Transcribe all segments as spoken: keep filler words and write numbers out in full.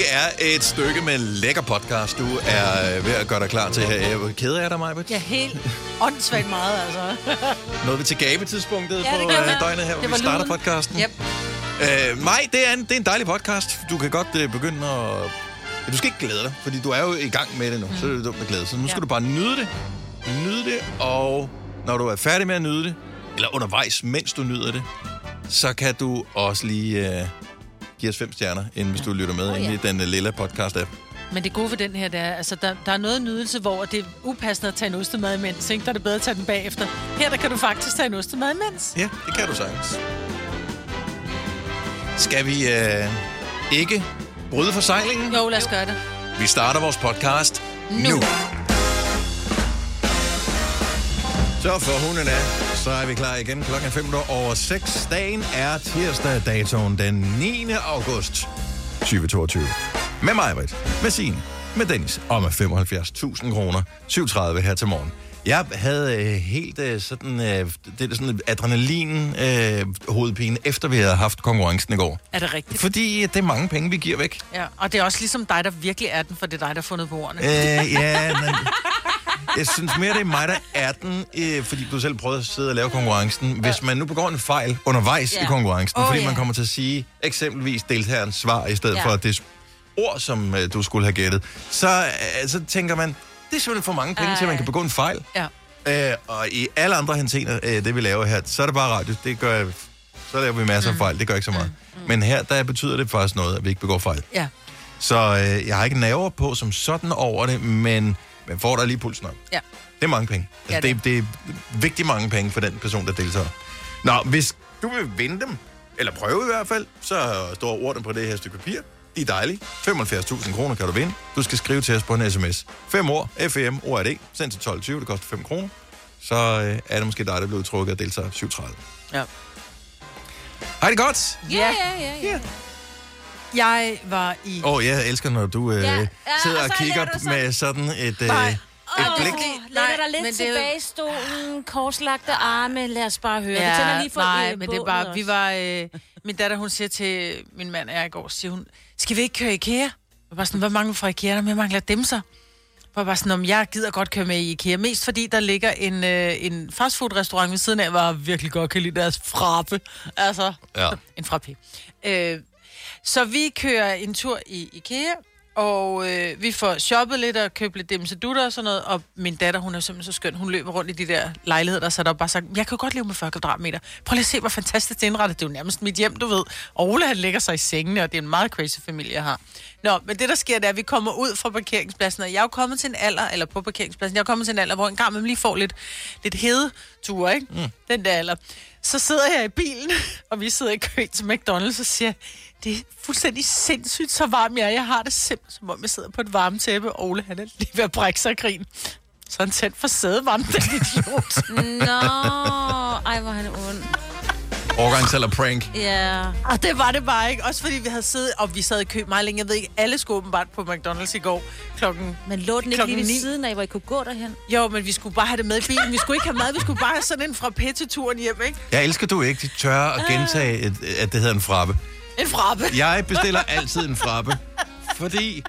er et stykke med lækker podcast, du er ved at gøre dig klar til her. Keder jeg dig, Majbert? Ja, helt åndssvagt meget, altså. Nåede vi til gabetidspunktet ja, på uh, døgnet her, hvor vi starter lyden. Podcasten? Yep. Uh, Maj, det er, en, det er en dejlig podcast. Du kan godt uh, begynde at... Ja, du skal ikke glæde dig, fordi du er jo i gang med det nu, mm. så er det dumt at glæde. Så nu skal ja. du bare nyde det. Nyde det, og når du er færdig med at nyde det, eller undervejs, mens du nyder det, så kan du også lige... Uh, Giv os fem stjerner, inden hvis du lytter med oh, ja. ind i den uh, lille podcast-app. Men det gode ved den her, det er, altså, der, der er noget nydelse, hvor det er upassende at tage en ostemad imens, ikke? Der er det bedre at tage den bagefter. Her der kan du faktisk tage en ostemad imens. Ja, det kan du sagtens. Skal vi uh, ikke bryde forsejlingen? Jo, lad os gøre det. Vi starter vores podcast nu. nu. Så for hunden af, så er vi klar igen klokken fem over seks. Dagen er tirsdag, datoen den niende august tyve toogtyve. Med mig, Britt, med Signe, med Dennis og med femoghalvfjerds tusind kroner. syv tredive her til morgen. Jeg havde øh, helt øh, sådan, øh, det er sådan adrenalin øh, hovedpine, efter vi havde haft konkurrencen i går. Er det rigtigt? Fordi det er mange penge, vi giver væk. Ja, og det er også ligesom dig, der virkelig er den, for det er dig, der har fundet på ordene. Øh, ja, men... Jeg synes mere, det er mig, der er den, øh, fordi du selv prøvede at sidde og lave konkurrencen. Hvis man nu begår en fejl undervejs yeah. i konkurrencen, oh, fordi yeah. man kommer til at sige eksempelvis deltagerens svar, i stedet yeah. for det ord, som øh, du skulle have gættet, så, øh, så tænker man, det er simpelthen for mange penge, uh, til man kan begå en fejl. Yeah. Øh, og i alle andre henseender, øh, det vi laver her, så er det bare radio. Det gør, så laver vi masser mm. af fejl, det gør ikke så meget. Mm. Mm. Men her, der betyder det faktisk noget, at vi ikke begår fejl. Yeah. Så øh, jeg har ikke nerver på som sådan over det, men... Men får der lige pulsen op. Ja. Det er mange penge. Altså, ja, det. Det, det er vigtigt mange penge for den person, der deltager. Nå, hvis du vil vinde dem, eller prøve i hvert fald, så står ordene på det her stykke papir. De er dejlige. femoghalvfjerds tusind kroner kan du vinde. Du skal skrive til os på en sms. Fem ord, F M, O R D, send til tolv tyve, det koster fem kroner. Så øh, er det måske dig, der bliver trukket og deltager syv tredive. Ja. Har det godt? Ja, ja, ja, ja. Jeg var i... Åh, oh, jeg elsker, når du øh, ja. Ja, sidder og, og kigger sådan... med sådan et, øh, et oh, blik. Lægger dig lidt tilbage i stolen, korslagte arme, lad os bare høre. Ja, vi tænder lige for nej, men det er bare... Vi var... Øh, min datter, hun siger til min mand og jeg i går, siger hun, skal vi ikke køre i IKEA? Jeg var bare sådan, hvad mangler fra IKEA? Der mangler dimser. Jeg var bare sådan, om jeg gider godt køre med i IKEA. Mest fordi, der ligger en, øh, en fastfood-restaurant ved siden af, hvor jeg virkelig godt kan lide deres frappe. Altså, ja. en frappe. Øh, Så vi kører en tur i IKEA, og øh, vi får shoppet lidt og købt lidt dimsedutter og sådan noget, og min datter, hun er simpelthen så skøn, hun løber rundt i de der lejligheder, der sat op og bare sagt, jeg kan jo godt leve med fyrre kvadratmeter. Prøv lige at se, hvor fantastisk det er indrettet. Det er jo nærmest mit hjem, du ved. Og Ole, han lægger sig i sengene, og det er en meget crazy familie, jeg har. Nå, men det der sker, det er, at vi kommer ud fra parkeringspladsen, og jeg er jo kommet til en alder, eller på parkeringspladsen, jeg er kommet til en alder, hvor en gang man lige får lidt, lidt hedeture, ikke? Mm. Den der alder. Så sidder jeg i bilen, og vi sidder i kø til McDonald's, og siger, det er fuldstændig sindssygt, så varm jeg er. Jeg har det simpelthen, som om jeg sidder på et varmt tæppe, og Ole, han er lige ved at brække sig og grine. Så han tændt for sædevarmt, den idiot. Nå, ej, hvor han er ond. Årgangs eller prank. Ja. Yeah. Og det var det bare ikke. Også fordi vi havde siddet, og vi sad i kø meget længe. Jeg ved ikke, alle skulle åbenbart på McDonald's i går klokken Men lå den ikke lige ved siden af, hvor I kunne gå derhen? Jo, men vi skulle bare have det med i bilen. Vi skulle ikke have mad, vi skulle bare have sådan en frappe til turen hjem, ikke? Jeg elsker du ikke, de tør at gentage, et, at det hedder en frappe. En frappe? Jeg bestiller altid en frappe, fordi...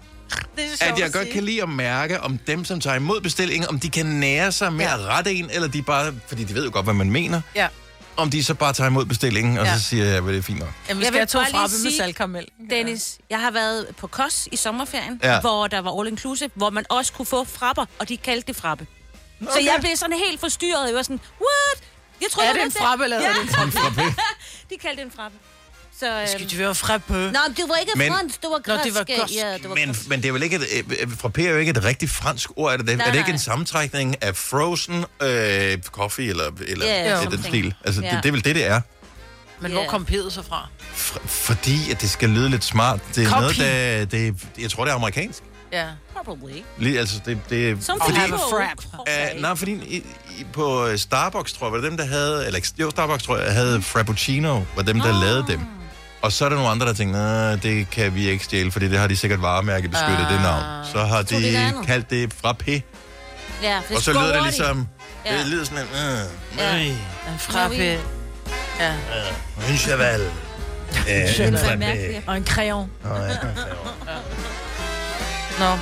at jeg godt kan lide at mærke, om dem, som tager imod bestillingen, om de kan nære sig med ja. at rette en, eller de bare... Fordi de ved jo godt, hvad man mener. Ja. Om de så bare tager imod bestillingen, og ja. så siger jeg, at det er fint nok. Jamen, vi skal have to frappe med saltkaramel. Dennis, jeg har været på Kos i sommerferien, ja. hvor der var all inclusive, hvor man også kunne få frapper, og de kaldte det frappe. Okay. Så jeg blev sådan helt forstyrret. Jeg var sådan, what? Jeg troede, er det en frappe, eller ja. er det en frappe? De kaldte det en frappe. Så, øhm... Skal du være frappe? Nå, det var ikke men... fransk, det var græsk. Nå, det var græsk. Ja, det var men, men det er vel ikke et, frappe er jo ikke et rigtigt fransk ord, er det? Nej, er det ikke en sammentrækning af frozen øh, coffee, eller, eller yeah, den stil? Altså, yeah. det, det er vel det, det er. Men yeah. hvor kom P'et så fra? F- fordi, at det skal lyde lidt smart. Det er Copy. noget, der... Det, jeg tror, det er amerikansk. Ja, yeah. probably. Lige, altså, det... det Some fordi, have a frap. Uh, nej, fordi i, i, på Starbucks, tror jeg, var det dem, der havde... Eller, jo, Starbucks, tror jeg, havde Frappuccino, var dem, der oh. lavede dem. Og så er der nogle andre, der tænker, det kan vi ikke stjæle, fordi det har de sikkert varemærkebeskyttet, uh, det navn. Så har de det kaldt det frappé. Ja, og så lyder det ligesom, ja. det lyder sådan en, uh, ja. en frappé. Ja. Uh, en cheval. Øh, og en crayon. Nå, ja. Nå.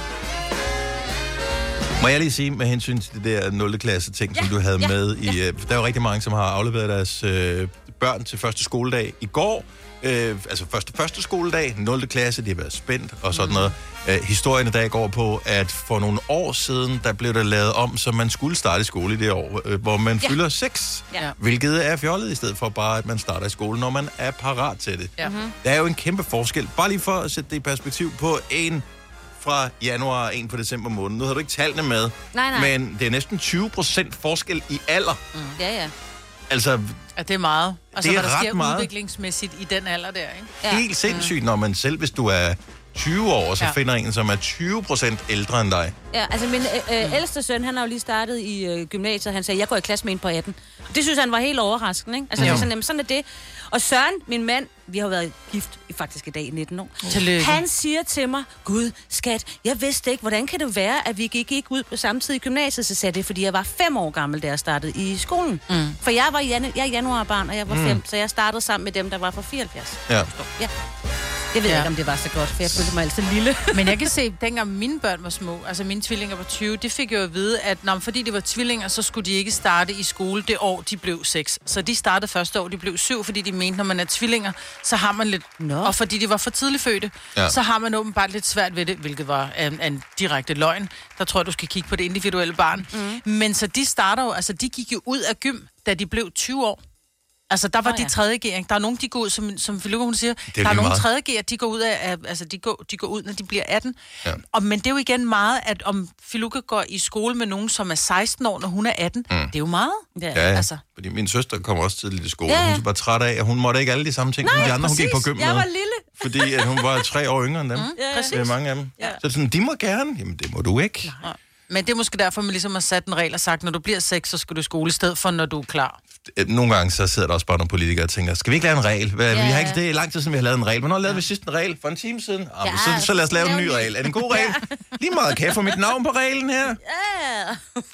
Må jeg lige sige med hensyn til det der nul klasse ting, ja, som du havde ja, med i... Ja. Der er jo rigtig mange, som har afleveret deres øh, børn til første skoledag i går. Øh, altså første, første skoledag, nul klasse, de har været spændt og sådan mm. noget. Øh, historien i dag går på, at for nogle år siden, der blev der lavet om, så man skulle starte i skole i det år, øh, hvor man ja. fylder seks. Ja. Hvilket er fjollet, i stedet for bare, at man starter i skole, når man er parat til det. Ja. Der er jo en kæmpe forskel. Bare lige for at sætte det i perspektiv på en fra januar og en på december måned. Nu har du ikke tallene med, nej, nej. Men det er næsten tyve procent forskel i alder. Mm. Ja, ja. Altså, ja, det er meget. Altså, det er hvad der sker meget. udviklingsmæssigt i den alder der, ikke? Ja. Helt sindssygt, når man selv, hvis du er tyve år, så ja. finder en, som er tyve procent ældre end dig. Ja, altså min øh, øh, ældste søn, han har jo lige startet i øh, gymnasiet, han sagde, jeg går i klasse med en på atten. Det synes han var helt overraskende, ikke? Altså, det er sådan, sådan er det. Og Søren, min mand, vi har jo været gift i faktisk i dag i nitten år. Tillykke. Han siger til mig, Gud, skat, jeg vidste ikke, hvordan kan det være, at vi gik ikke ud på samtidig i gymnasiet, så sagde det, fordi jeg var fem år gammel, da jeg startede i skolen. Mm. For jeg var jan- jeg er januarbarn, og jeg var mm. fem, så jeg startede sammen med dem, der var fra fireoghalvfjerds. Ja. Ja. Jeg ved ja. ikke, om det var så godt, for jeg følte mig altid lille. Men jeg kan se, dengang mine børn var små, altså mine tvillinger var tyve, de fik jo at vide, at når, fordi de var tvillinger, så skulle de ikke starte i skole det år, de blev seks. Så de startede første år, de blev syv, fordi de mente, når man er tvillinger, så har man lidt... Nå. Og fordi de var for tidligt fødte, ja. så har man åbenbart lidt svært ved det, hvilket var en, en direkte løgn. Der tror jeg, du skal kigge på det individuelle barn. Mm. Men så de starter jo, altså de gik jo ud af gym, da de blev tyve år. Altså, der var oh, ja. de tredje G'er. Der er nogen, de går ud, som, som Filuka, hun siger, der er nogle tredje G'er, de går ud af, altså, de går, de går ud, når de bliver atten. Ja. Og, men det er jo igen meget, at om Filuka går i skole med nogen, som er seksten år, når hun er atten, mm. det er jo meget. Ja, ja. Altså. Fordi min søster kommer også tidligt i skole, ja, ja. Hun var træt af, at hun måtte ikke alle de samme ting, Nej, som de andre, præcis. Hun gik på gym med. Jeg var lille. Fordi at hun var tre år yngre end dem. Mm, ja, ja. Mange af dem. Ja. Så sådan, de må gerne. Jamen, det må du ikke. Nej. Men det er måske derfor, man ligesom har sat en regel og sagt, når du bliver seks, så skal du i skole i stedet for, når du er klar. Nogle gange så sidder der også bare nogle politikere og tænker, skal vi ikke lave en regel? Ja. Vi har ikke, det er lang tid siden, vi har lavet en regel. Hvornår lavede vi sidst en regel? For en time siden? Ja, så, så lad os lave en ny regel. Er det en god regel? Ja. Lige meget, kan jeg få mit navn på reglen her? Ja.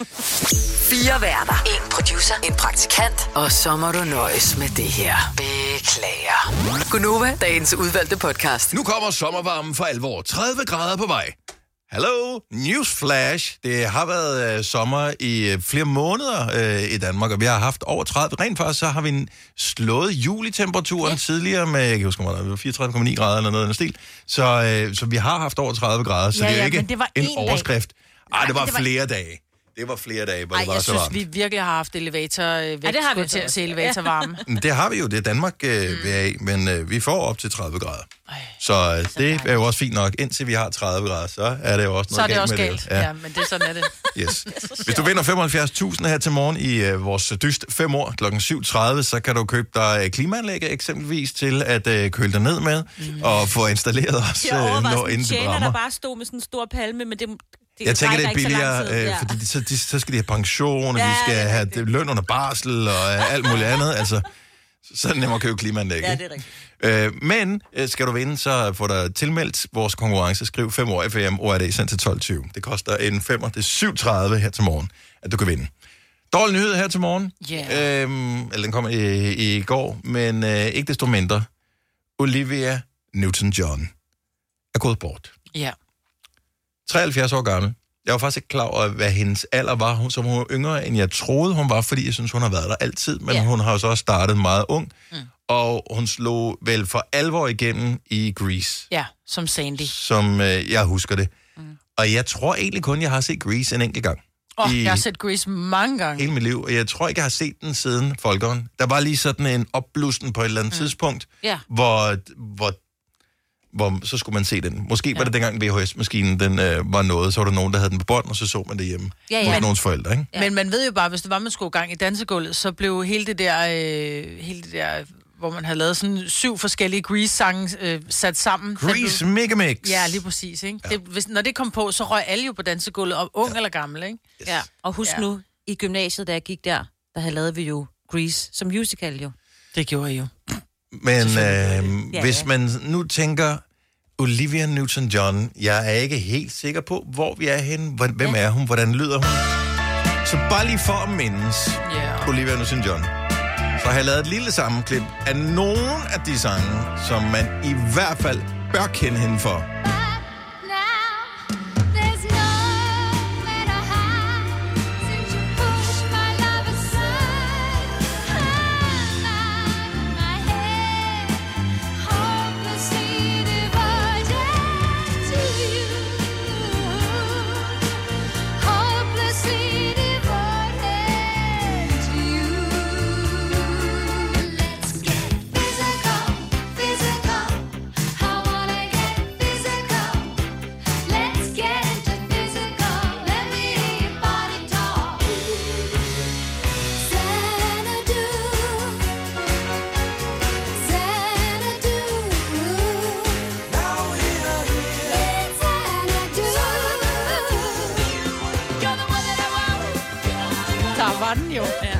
Fire værter. En producer. En praktikant. Og så må du nøjes med det her. Beklager. Gunova, dagens udvalgte podcast. Nu kommer sommervarmen for alvor. tredive grader på vej. Hallo, newsflash. Det har været øh, sommer i øh, flere måneder øh, i Danmark, og vi har haft over tredive. Rent faktisk så har vi slået julitemperaturen ja. tidligere med, jeg kan huske, det var fireogtredive komma ni grader eller noget af den stil. Så, øh, så vi har haft over tredive grader, så ja, det er jo ikke det en overskrift. Ej, det var, det var flere dage. Det var flere dage, hvor Ej, det var så varmt. Jeg synes, vi virkelig har haft elevator øh, væk. Ja, det har vi til at se elevatorvarme. Ja. Det har vi jo, det er Danmark øh, mm. af, men øh, vi får op til tredive grader. Ej, så øh, det dejligt. Er jo også fint nok. Indtil vi har tredive grader, så er det jo også noget galt med det. Så er det også galt. galt, ja. ja, men det sådan er det. Yes. Hvis du vinder femoghalvfjerds tusind her til morgen i øh, vores dyst fem år klokken syv tredive, så kan du købe dig klimaanlæg eksempelvis til at øh, køle dig ned med, mm. og få installeret os, øh, når inden det brammer. Der bare stod med sådan en stor palme, men det... Det jeg tænker, det er billigere, øh, ja. fordi de, så, de, så skal de have pension, og ja, de skal have det, løn under barsel og øh, alt muligt andet. Altså, så er det nemmere at købe klimaanlæg. Ja, det er rigtigt. Øh, men øh, skal du vinde, så får du tilmeldt vores konkurrence. Skriv fem år F M, O R D, sendt til tolv tyve. Det koster en femmer. Det er syv tredive her til morgen, at du kan vinde. Dårlig nyhed her til morgen. Yeah. Øhm, eller den kom i, i går, men øh, ikke desto mindre. Olivia Newton-John er gået bort. Ja. Yeah. treoghalvfjerds år gammel. Jeg var faktisk ikke klar over, hvad hendes alder var. Hun, som hun var yngre, end jeg troede, hun var, fordi jeg synes, hun har været der altid. Men yeah. hun har jo så også startet meget ung. Mm. Og hun slog vel for alvor igennem i Grease. Ja, som Sandy. Som øh, jeg husker det. Mm. Og jeg tror egentlig kun, jeg har set Grease en enkelt gang. Åh, oh, jeg har set Grease mange gange. Hele mit liv. Og jeg tror ikke, jeg har set den siden Folkeren. Der var lige sådan en opblussen på et eller andet mm. tidspunkt, yeah. hvor... hvor hvor så skulle man se den. Måske ja. var det dengang V H S-maskinen den øh, var noget, så var der nogen, der havde den på bånd, og så så man det hjemme ja, ja. hos Men, nogens forældre, ikke? Ja. Men man ved jo bare, hvis det var, man skulle gang i dansegulvet, så blev hele det der, øh, hele det der, hvor man havde lavet sådan syv forskellige Grease-sange øh, sat sammen. Grease Megamix! Ja, lige præcis, ikke? Ja. Det, hvis, når det kom på, så røg alle jo på dansegulvet, og ung ja. eller gammel, ikke? Yes. Ja, og husk ja. nu, i gymnasiet, da jeg gik der, der havde lavet vi jo Grease som musical, jo. Det gjorde jeg jo. Men øh, ja, hvis ja. man nu tænker... Olivia Newton-John. Jeg er ikke helt sikker på, hvor vi er henne. Hvem er hun? Hvordan lyder hun? Så bare lige for at mindes yeah. Olivia Newton-John. så har jeg lavet et lille sammenklip af nogle af de sange, som man i hvert fald bør kende hende for. Jo. Ja.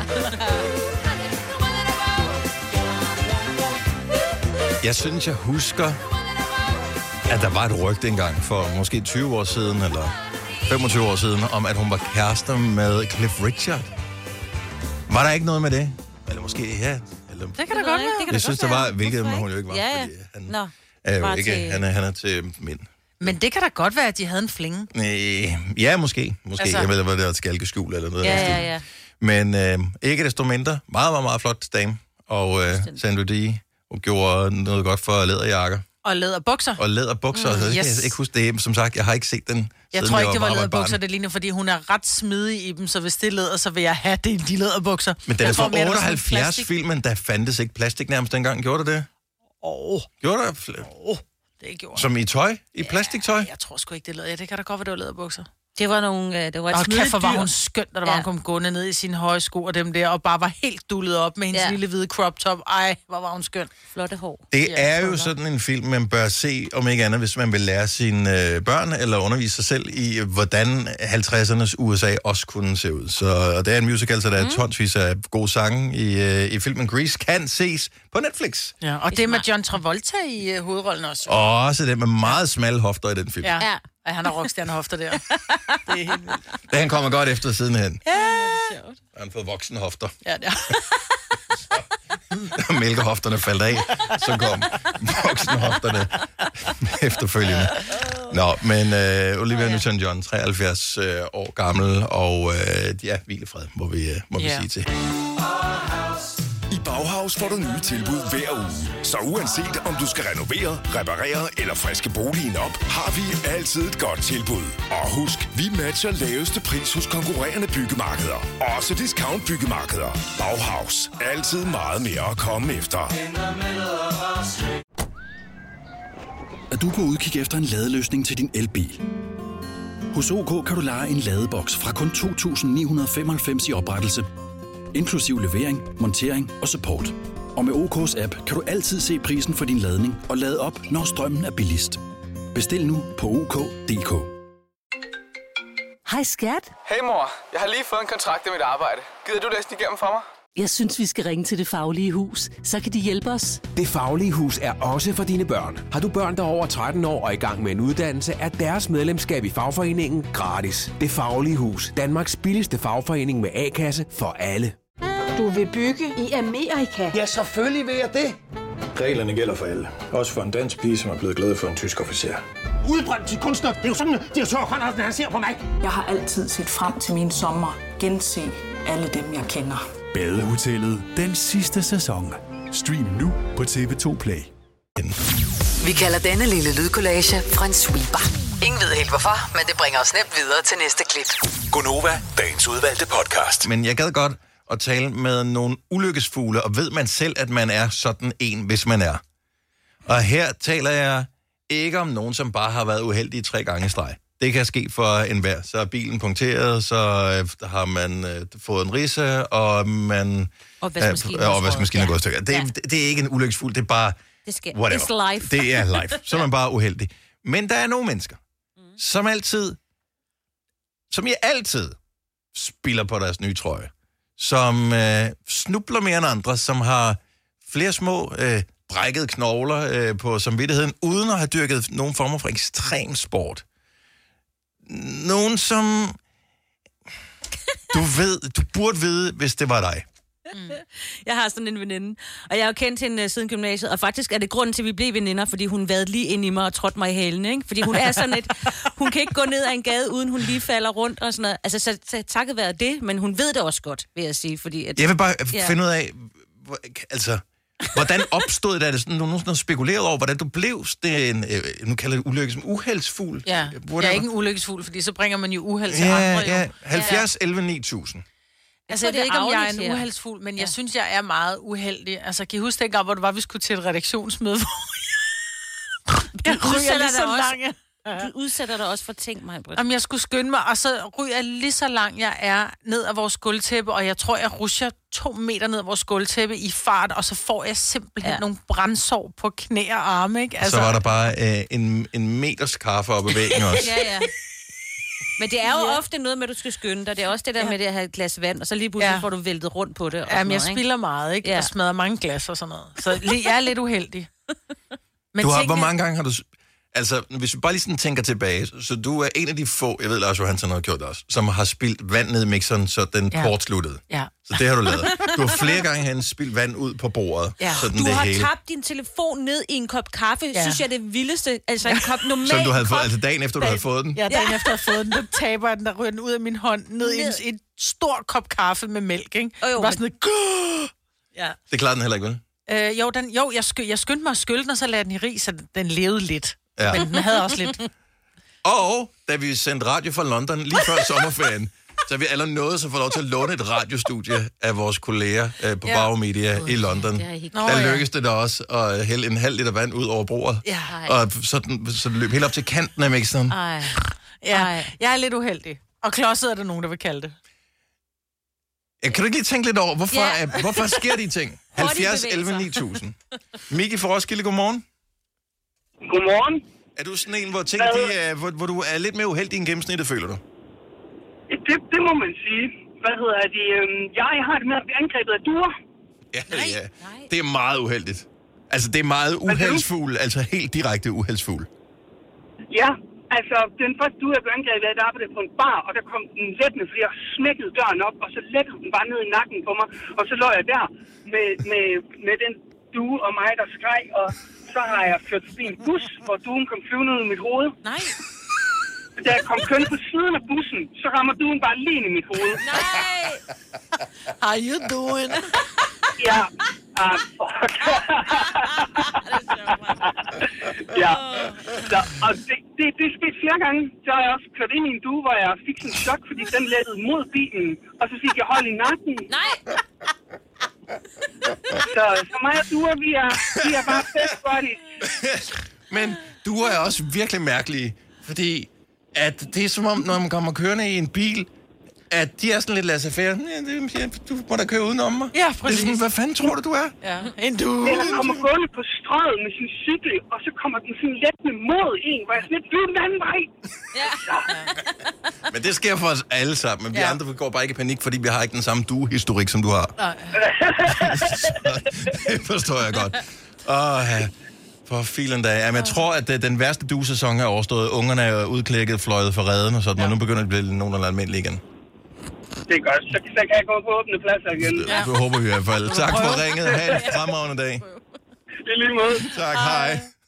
Jeg synes, jeg husker, at der var et rygte engang for måske tyve år siden, eller femogtyve år siden, om at hun var kærester med Cliff Richard. Var der ikke noget med det? Eller måske, ja. Eller... Det kan da godt være. Jeg, jeg synes, der var, hvilket hun jo ikke var, ja, ja. fordi han Nå, er jo ikke, til... han er, han er til mænd. Men det kan da godt være, at de havde en flinge. Øh, ja, måske. Måske. Altså... Jeg ved ikke, hvad det er, et skalkeskjul eller noget. Ja, ja, ja. Men øh, ikke desto mindre, meget, meget, meget flot dame. Og øh, Sandra Dee gjorde noget godt for læderjakker. Og læderbukser. Og læderbukser. Mm, yes. Jeg kan ikke huske det. Som sagt, jeg har ikke set den. Jeg tror ikke, det var læderbukser, det ligner, fordi hun er ret smidig i dem, så hvis det er læder, så vil jeg have det, de læderbukser. Men den er fra otteoghalvfjerds-filmen, der fandtes ikke plastik nærmest dengang. Gjorde det det? Åh. Oh. Gjorde det? Åh, oh, det gjorde Som i tøj? I ja, plastiktøj? Jeg tror sgu ikke, det er læder. Ja, det kan da godt være, det var læderbukser. Det var nogle, det var et og smidigt kæft, var hun skønt, da der ja. var, hun kom gående ned i sine høje sko og dem der, og bare var helt dullet op med hendes ja. lille hvide crop top. Ej, hvor var hun skøn. Flotte hår. Det ja, er jo sådan en film, man bør se, om ikke andet, hvis man vil lære sine øh, børn, eller undervise sig selv i, hvordan halvtredsernes U S A også kunne se ud. Så og det er en musical, så der er mm. tonsvis af gode sange i, øh, i filmen Grease, kan ses på Netflix. Ja, og det er med John Travolta i øh, hovedrollen også. Og også det med meget smalle hofter i den film. Ja. ja. Ja, han har rockstjernehofter der. Det er helt vildt. Det han kommer godt efter siden hen. Ja. Han har fået voksne hofter. Ja, ja. Så mælkehofterne faldt af, så kom voksne hofterne efterfølgende. Nå, men uh, Olivia Newton-John, treoghalvfjerds uh, år gammel, og uh, ja, hvilefred, må vi, uh, må yeah. vi sige til. I Bauhaus får du nye tilbud hver uge. Så uanset om du skal renovere, reparere eller friske boligen op, har vi altid et godt tilbud. Og husk, vi matcher laveste pris hos konkurrerende byggemarkeder. Også discount byggemarkeder. Bauhaus. Altid meget mere at komme efter. Er du på udkig efter en ladeløsning til din elbil? Hos O K kan du leje en ladeboks fra kun to tusind ni hundrede femoghalvfems i oprettelse, inklusiv levering, montering og support. Og med O K's app kan du altid se prisen for din ladning og lade op, når strømmen er billigst. Bestil nu på O K punktum D K. Hej skat. Hey mor, jeg har lige fået en kontrakt i mit arbejde. Gider du læse den igennem for mig? Jeg synes, vi skal ringe til Det Faglige Hus. Så kan de hjælpe os. Det Faglige Hus er også for dine børn. Har du børn, der er over tretten år og i gang med en uddannelse, er deres medlemskab i fagforeningen gratis. Det Faglige Hus. Danmarks billigste fagforening med A-kasse for alle. Du vil bygge i Amerika? Ja, selvfølgelig vil jeg det. Reglerne gælder for alle. Også for en dansk pige, som er blevet glad for en tysk officer. Udbrændt til kunstner. Det er jo sådan, at direktør Conradsen, han ser på mig. Jeg har altid set frem til min sommer. Gense alle dem, jeg kender. Badehotellet. Den sidste sæson. Stream nu på T V to Play. Vi kalder denne lille lydkollage en sweeper. Ingen ved helt hvorfor, men det bringer os nemt videre til næste klip. Gonova, dagens udvalgte podcast. Men jeg gad godt at tale med nogle ulykkesfugle, og ved man selv, at man er sådan en, hvis man er. Og her taler jeg ikke om nogen, som bare har været uheldige tre gange i streg. Det kan ske for enhver. Så er bilen punkteret, så øh, har man øh, fået en risse, og man... Og vaskemaskinen øh, og vaskemaskinen er gået stykker. Det, ja. det, det er ikke en ulykkesfugl, det er bare... Det sker. Whatever. It's life. Det er life. Så er man bare uheldig. Men der er nogle mennesker, mm. som altid... Som jeg altid spiller på deres nye trøje. Som øh, snubler mere end andre, som har flere små øh, brækkede knogler øh, på samvittigheden, uden at have dyrket nogen former for ekstrem sport. Nogen, som du ved, du burde vide, hvis det var dig. Jeg har sådan en veninde, og jeg har jo kendt hende uh, siden gymnasiet, og faktisk er det grunden til, at vi blev veninder, fordi hun vadede lige ind i mig og trådte mig i halen, ikke? Fordi hun er sådan et, hun kan ikke gå ned ad en gade, uden hun lige falder rundt og sådan noget. Altså, så, så takket være det, men hun ved det også godt, vil jeg sige, fordi... At, jeg vil bare ja. finde ud af, hvor, altså... Hvordan opstod det? Er det sådan, du nogensinde har spekuleret over, hvordan du blev en, øh, nu kalder det ulykke som uheldsfugl? Ja, jeg er ikke en ulykkesfugl, fordi så bringer man jo uheld til ja, andre. Ja, halvfjerds elleve ni tusind. Altså, jeg ved ikke, om jeg er en uheldsfugl, men ja. jeg synes, jeg er meget uheldig. Altså, kan I huske dengang, hvor det var, vi skulle til et redaktionsmøde, hvor jeg ryger lige så langt. Du udsætter dig også for ting, mig. Jamen, jeg skulle skynde mig, og så ryger jeg lige så langt, jeg er ned ad vores gulvtæppe, og jeg tror, jeg rusher to meter ned ad vores gulvtæppe i fart, og så får jeg simpelthen ja. nogle brandsår på knæ og arme, ikke? Altså... Så var der bare øh, en, en meters kaffe oppe i væggen også. ja, ja. Men det er jo ja. ofte noget med, at du skal skynde dig. Det er også det der ja. med det at have et glas vand, og så lige pludselig ja. får du væltet rundt på det. Og Jamen, jeg noget, spilder meget, ikke? Ja. Jeg smadrer mange glas og sådan noget. Så jeg er lidt uheldig. Men du har, hvor mange gange har du... Altså, hvis vi bare lige sådan tænker tilbage, så du er en af de få, jeg ved, Lars Johansson har gjort det også, som har spildt vand ned i mixeren, så den ja. kortsluttede. Ja. Så det har du lavet. Du har flere gange han spildt vand ud på bordet. Ja. Sådan du det har hele. tabt din telefon ned i en kop kaffe, ja. synes jeg det vildeste. Altså en kop normal Som du havde fået, kop... altså dagen efter, du havde fået den? Ja, dagen ja. efter, jeg havde fået den. Der taber jeg den, der ryger den ud af min hånd, ned i en, en stor kop kaffe med mælk, ikke? Oh, jo, bare sådan noget... Ja. Det klarede den heller ikke, vel? Øh, jo, den, jo jeg, sky, jeg skyndte mig at skylde den, og så lagde den i ris, så den levede lidt. Ja. Men den havde også lidt... Og da vi sendte radio fra London lige før sommerferien, så har vi alle noget, som får lov til at låne et radiostudie af vores kolleger øh, på ja. Bauer Media uh, i London. Der lykkedes det da også at hælde en halv liter vand ud over bordet. Ja. Og så, den, så det løb helt op til kanten af mixeren. Ej. Ja, jeg er lidt uheldig. Og klodset er der nogen, der vil kalde det. Ja, kan du ikke lige tænke lidt over, hvorfor, ja. er, hvorfor sker de ting? halvfjerds elleve ni tusind. Miki fra Roskilde, godmorgen. Godmorgen. Er du sådan en, hvor, ting, de er, hvor, hvor du er lidt mere uheldig end gennemsnittet, føler du? Det, det må man sige. Hvad hedder det? Jeg har det med at blive angrebet af duer. Ja, nej, ja. Nej. Det er meget uheldigt. Altså, det er meget uheldsfugl, altså helt direkte uheldsfugl. Ja, altså, den første due, jeg blev angrebet af, der arbejdede på en bar, og der kom den lettende, fordi jeg smækkede døren op, og så lettede den bare ned i nakken på mig, og så lå jeg der med, med, med den due og mig, der skreg, og så har jeg kørt forbi en bus, hvor duen kom flyvende ud i mit hoved. Nej. Da jeg kom køn på siden af bussen, så rammer duen bare lige ind i mit hoved. Nej! How you doing? Ja. Ah, fuck. ja. Så, og det, det, det skete flere gange. Så har jeg også kørt ind i en due, hvor jeg fik sådan en chok, fordi den lettede mod bilen, og så fik jeg hold i nakken. Nej! Så, så mig og duer, vi er, vi er bare best buddies. Men duer er også virkelig mærkelige, fordi at det er som om, når man kommer kørende i en bil, at de er sådan lidt laissez-faire. Ja, du må da køre udenom mig. Ja, præcis. Det er sådan, hvad fanden tror du, du er? Ja, en du. Eller kommer gående på strøget med sin cykel, og så kommer den sådan let med mod en, hvor jeg sådan lidt, flyver den anden vej. Ja. Men det sker for os alle sammen, men vi ja. andre går bare ikke i panik, fordi vi har ikke den samme due-historik, som du har. Nej. Det forstår jeg godt. Åh, ja. For filen da. Jamen, jeg tror, at den værste due-sæson er overstået. Ungerne er udklækket, fløjet for redden og sådan, ja. og nu begynder det at blive nogenlunde almindeligt igen. Det er godt. Så, så kan jeg gå på åbne pladser igen. Ja. Det håber vi i hvert fald. Tak for ringet. Ha' en fremragende dag. I lige måde. Tak, hej.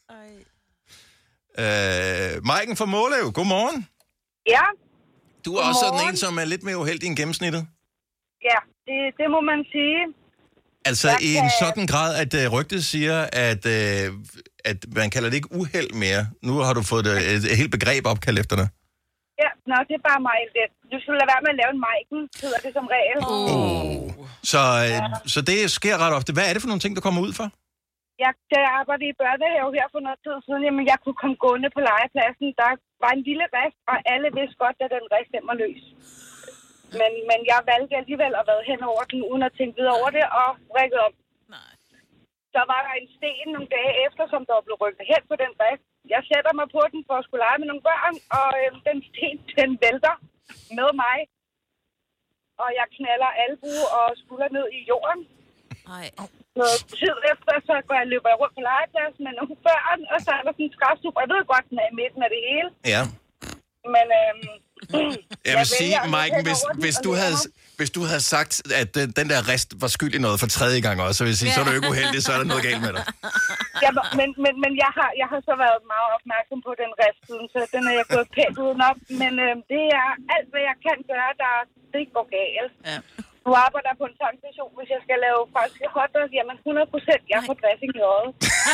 Øh, Maiken fra Måløv, godmorgen. Ja. Du er også sådan en, som er lidt mere uheldig end gennemsnittet. Ja, det, det må man sige. Altså jeg i en kan... sådan grad, at uh, rygtet siger, at, uh, at man kalder det ikke uheld mere. Nu har du fået et, et, et helt begreb opkaldt efter dig. Ja, nå, det er bare mig. Du skulle lade være med at lave en Maiken, hedder det som regel. Oh. Så, uh, ja. så det sker ret ofte. Hvad er det for nogle ting, der kommer ud for? Jeg, da jeg arbejdede i børnehave her for noget tid siden, jamen jeg kunne komme gående på legepladsen. Der var en lille rist, og alle vidste godt, at den rist den var løs. Men, men jeg valgte alligevel at være hen over den, uden at tænke videre over det, og rykket op. Nej. Så var der en sten nogle dage efter, som der blev rykket hen på den rist. Jeg sætter mig på den for at skulle lege med nogle børn, og øh, den sten, den vælter med mig. Og jeg knaller albue og skulder ned i jorden. Nej. Noget tid efter, så går jeg, løber jeg rundt på legepladsen med nogle børn, og så er der sådan en skrabstub. Jeg ved godt, den er i midten af det hele. Ja. Men øh, Jeg vil sige, Maiken, hvis, hvis, du havde, hvis du havde sagt, at den, den der rest var skyld i noget for tredje gang også, så vil jeg sige, ja. Så er du ikke uheldig, så er der noget galt med dig. Ja, men, men, men jeg, har, jeg har så været meget opmærksom på den rest, så den er jeg gået pænt udenom. Men øh, det er alt, hvad jeg kan gøre, der det ikke går galt. Ja. Nu arbejder jeg på en tankstation, hvis jeg skal lave franske hotdogs, jamen hundrede procent, jeg får dressing i øjet.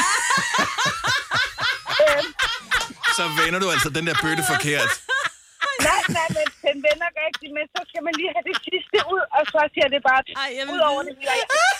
øhm. Så vender du altså den der bøtte forkert. Nej, nej, men den vender rigtigt, men så skal man lige have det sidste ud, og så ser det bare ud over det. Jeg,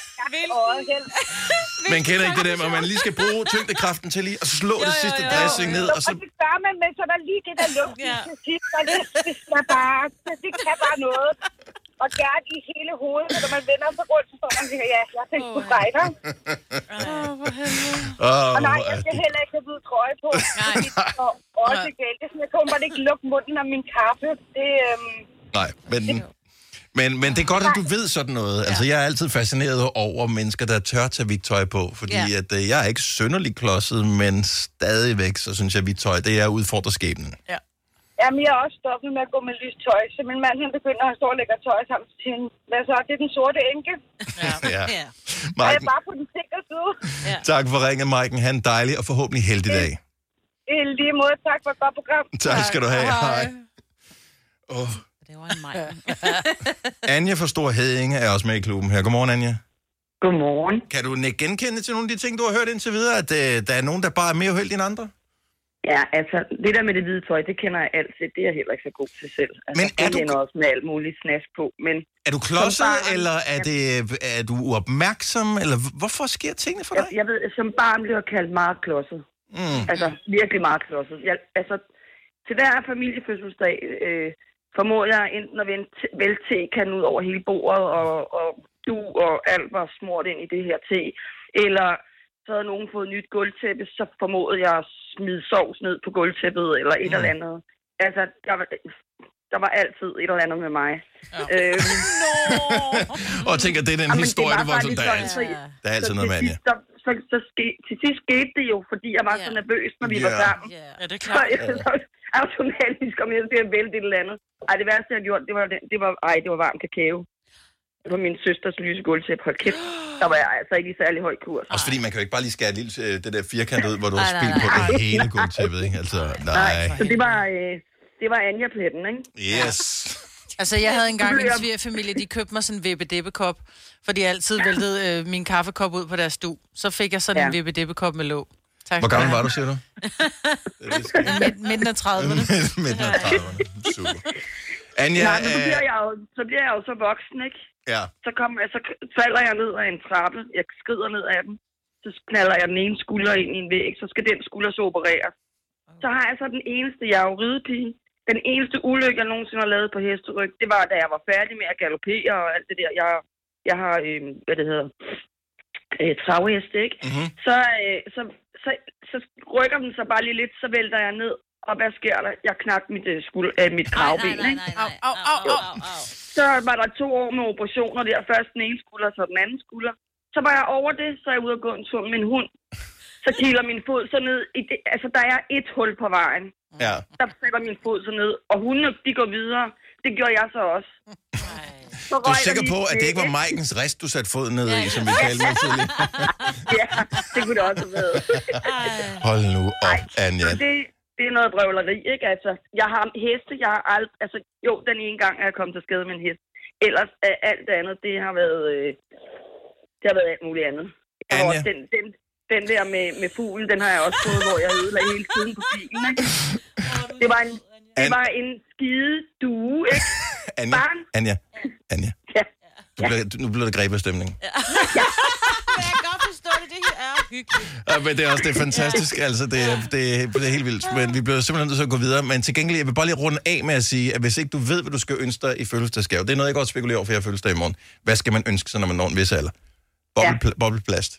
jeg, man kender ikke det der, at man lige skal bruge tyngdekraften til lige at slå jo, det sidste jo, jo, dressing ned. Og, så... og det gør man, men så er der lige det der lugt ja. til sidst, og det, det, skal bare, det, det kan bare noget. Og gerne i hele hovedet, når man vender sig rundt, så står man og tænker, ja, jeg tænker sgu dig der. Åh, hvor helvede. Og nej, jeg skal heller ikke have hvide trøje på. Nej. Og også galt. Det er sådan, jeg kommer bare ikke lukke munden af min kaffe. Det, øhm... Nej, men... Men, men det er godt, at du ved sådan noget. Ja. Altså, jeg er altid fascineret over mennesker, der tør tage hvidt tøj på. Fordi ja. at, øh, jeg er ikke synderligt klodset, men stadigvæk, så synes jeg, at hvidt tøj, det er udfordrer skæbnen. Ja. Jamen, jeg er også stoppet med at gå med lyst tøj. Så min mand, han begynder at stå og lægge tøj sammen til hende. Hvad så? Det er den sorte enke. Ja. ja. ja. Og jeg er bare på den sikre side. Ja. Tak for ringen, Maiken. Ha' en dejlig og forhåbentlig heldig dag. I lige måde. Tak for et godt program. Tak skal du have. Hej. Åh. Oh. Det var en Maiken. Anja fra Stor Heddinge er også med i klubben her. Godmorgen, Anja. Godmorgen. Kan du genkende til nogle af de ting, du har hørt indtil videre, at øh, der er nogen, der bare er mere uheldige end andre? Ja, altså, det der med det hvide tøj, det kender jeg altid. Det er jeg heller ikke så god til selv. Altså, men er det du... også med alt muligt snask på, men... Er du klodset, barn, eller er, det, er du uopmærksom, eller hvorfor sker tingene for dig? Jeg, jeg ved, som barn blev jeg kaldt meget klodset. Mm. Altså, virkelig meget klodset. Jeg, altså, til hver familiefødselsdag øh, formår jeg enten at vælte te-kan ud over hele bordet, og, og du og alt var smurt ind i det her te, eller... så havde nogen fået nyt gulvtæppe, så formodede jeg at smide sovs ned på gulvtæppet, eller et mm. eller andet. Altså, der var, der var altid et eller andet med mig. Ja. Øhm. No. Og jeg tænker, det er den Jamen, historie, det var sådan, der er altid, der er altid noget med, Anja. Så, så, så ske, til sidst skete det jo, fordi jeg var yeah. så nervøs, når vi yeah. var sammen. Yeah. Ja, det er klart. Så, så automatisk kom jeg til at vælte et eller andet. Ej, det værste, jeg havde gjort, det var, det var, ej, det var varm kakao. Det var min søsters lyse gulvtæppe. Hold kæft. Der var jeg altså ikke i særlig høj kurs. Også fordi man kan jo ikke bare lige skære et lille, det der firkant ud, hvor du har spildt på det hele gulvtæppet, ikke? Altså, nej. nej. Så det var, øh, det var Anja-pletten, ikke? Yes. Altså, jeg havde engang en svigerfamilie, de købte mig sådan en vippe-deppe-kop, fordi jeg altid væltede øh, min kaffekop ud på deres stue. Så fik jeg sådan ja. en vippe-deppe-kop med låg. Tak. Hvor gammel var du, siger du? Midten af trediverne. Midten af trediverne. Super. Anja, nej, så, bliver jeg jo, så bliver jeg jo så voksen, ikke? Ja. Så, kom, så falder jeg ned af en trappe. Jeg skrider ned af den. Så knalder jeg den ene skulder ind i en væg. Så skal den skulder så opereres. Så har jeg så den eneste, jeg er jo ridepige. Den eneste ulykke, jeg nogensinde har lavet på hesteryg, det var, da jeg var færdig med at galopere og alt det der. Jeg, jeg har, øh, hvad det hedder, øh, travheste, ikke? Mm-hmm. Så, øh, så, så, så rykker den sig bare lige lidt, så vælter jeg ned. Og hvad sker der? Jeg knakte mit, øh, skuld, øh, mit kravben, ikke? Au, au, au, au, au. Så var der to år med operationer der. Først den ene skulder, så den anden skulder. Så var jeg over det, så er jeg ude og gå en tur med min hund. Så kiler min fod så ned. I det, altså, der er et hul på vejen. Ja. Der sætter min fod så ned. Og hundene, de går videre. Det gjorde jeg så også. Så du er sikker på, at det ikke var Maikens rist, du satte foden ned i, som vi talte med tidligere? Ja, det kunne det også have været. Hold nu op, Anja. Det, det er noget brøvleri, ikke? Altså, jeg har heste, jeg har alt... Altså, jo, den ene gang er jeg kommet til skade med en hest. Ellers er alt det andet, det har været... Øh, det har været alt muligt andet. Og den, den, den der med, med fuglen, den har jeg også fået, hvor jeg ødelagde hele tiden på bilen, ikke? Det var en, det var en skide due, ikke? Anja, Barn. Anja, Anja. Ja. Nu bliver, nu bliver det grebet af stemningen. Ja. Ja. Jeg kan godt forstå det, det er hyggeligt. Ja, men det er også det er fantastisk, altså det er, det, er, det er helt vildt. Men vi bliver simpelthen nødt til at gå videre. Men til gengæld, jeg vil bare lige runde af med at sige, at hvis ikke du ved, hvad du skal ønske dig i fødselsdagsgave, det er noget, jeg godt spekulerer over, for jeg har fødselsdag i morgen. Hvad skal man ønske sig, når man når en vis alder? Bobblepl- ja. Bobleplast.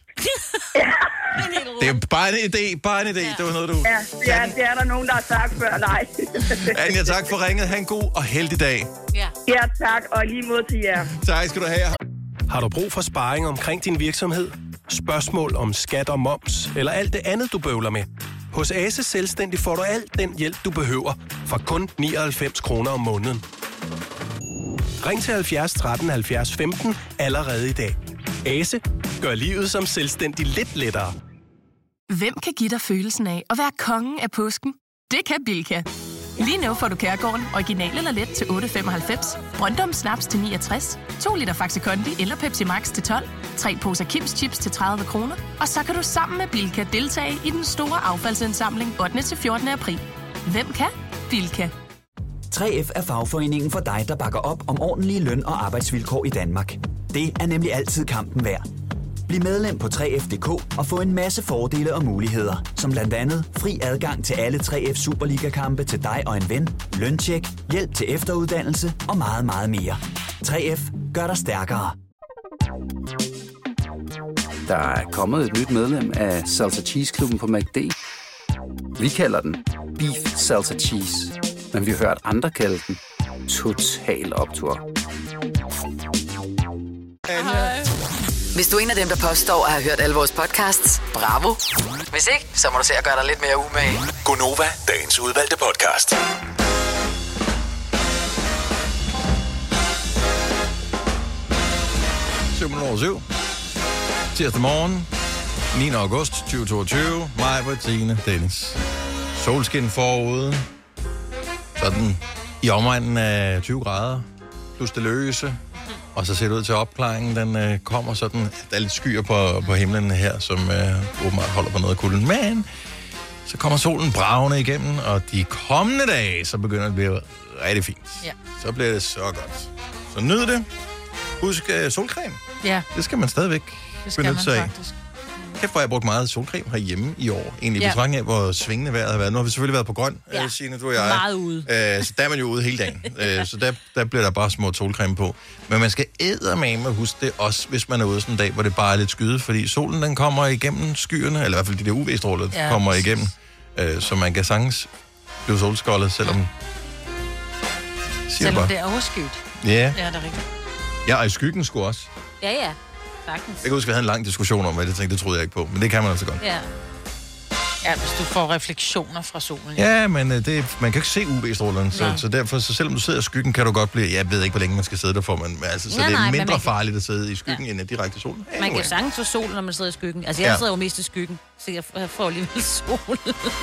Det er bare en idé, bare en idé. Ja. Det var noget, du... Ja, det er, det er der nogen, der har sagt før, nej. Anja, tak for ringet. Ha' en god og heldig dag. Ja, ja tak, og lige mod til jer. Tak skal du have. Har du brug for sparring omkring din virksomhed? Spørgsmål om skat og moms, eller alt det andet, du bøvler med? Hos Ase Selvstændig får du alt den hjælp, du behøver, for kun nioghalvfems kroner om måneden. Ring til halvfjerds tretten halvfjerds femten allerede i dag. Ase gør livet som selvstændig lidt lettere. Hvem kan give dig følelsen af at være kongen af påsken? Det kan Bilka. Lige nu får du Kærgården original eller let til otte femoghalvfems, Brøndum Snaps til niogtres, to liter Faxi Kondi eller Pepsi Max til tolv, tre poser Kims Chips til tredive kroner, og så kan du sammen med Bilka deltage i den store affaldsindsamling ottende til fjortende april. Hvem kan? Bilka. tre F er fagforeningen for dig, der bakker op om ordentlige løn- og arbejdsvilkår i Danmark. Det er nemlig altid kampen værd. Bliv medlem på tre F punktum d k og få en masse fordele og muligheder, som blandt andet fri adgang til alle tre F Superliga-kampe til dig og en ven, løntjek, hjælp til efteruddannelse og meget, meget mere. tre F gør dig stærkere. Der er kommet et nyt medlem af Salsa Cheese Klubben på McD. Vi kalder den Beef Salsa Cheese, men vi har hørt andre kalde den Total Optur. Hvis du er en af dem, der påstår at have hørt alle vores podcasts, bravo. Hvis ikke, så må du se at gøre dig lidt mere umage. Gonova, dagens udvalgte podcast. syv over syv. Tirsdag morgen, niende august tyve toogtyve. Mig, Bettine, Dennis. Solskin forude. Sådan i omegnen af tyve grader. Plus det løse. Og så ser det ud til opklaringen. Den øh, kommer sådan. Der er lidt skyer på, på himlen her, som øh, åbenbart holder på noget af kulden. Men så kommer solen bravende igennem, og de kommende dage, så begynder det at blive rigtig fint. Ja. Så bliver det så godt. Så nyd det. Husk øh, solcreme. Ja. Det skal man stadigvæk Det skal benytte man sig af. faktisk. Kæft, hvor jeg brugt meget solcreme herhjemme i år. Egentlig i Ja. betragtning af, hvor svingende vejret har været. Nu har vi selvfølgelig været på grøn, Ja. ja. Signe, du og jeg. Meget ude. Øh, så der er man jo ude hele dagen. øh, så der, der bliver der bare små solcreme på. Men man skal eddermame huske det også, hvis man er ude sådan en dag, hvor det bare er lidt skyde. Fordi solen, den kommer igennem skyerne, eller i hvert fald de der U V-stråler, Ja, kommer præcis. igennem. Øh, så man kan sagtens blive solskoldet, selvom... Siger Selvom bare. det er overskyet. Ja. Ja, det er rigtigt. Ja, og i skyggen skulle også. Ja, ja. Sagtens. Jeg kan huske, vi havde en lang diskussion om, hvad det tænkte, det troede jeg ikke på. Men det kan man altså godt. Ja. Ja, hvis du får refleksioner fra solen. Ja, men øh, det, man kan ikke se U V-strålerne, så, så derfor, så selvom du sidder i skyggen, kan du godt blive... Jeg ved ikke, hvor længe man skal sidde der for, men altså, så Nej, det er nej, men mindre man kan- farligt at sidde i skyggen, ja. end direkte i solen. Man kan sagtens få sol, når man sidder i skyggen. Altså, jeg Ja. sidder jo mest i skyggen, så jeg jeg får alligevel sol.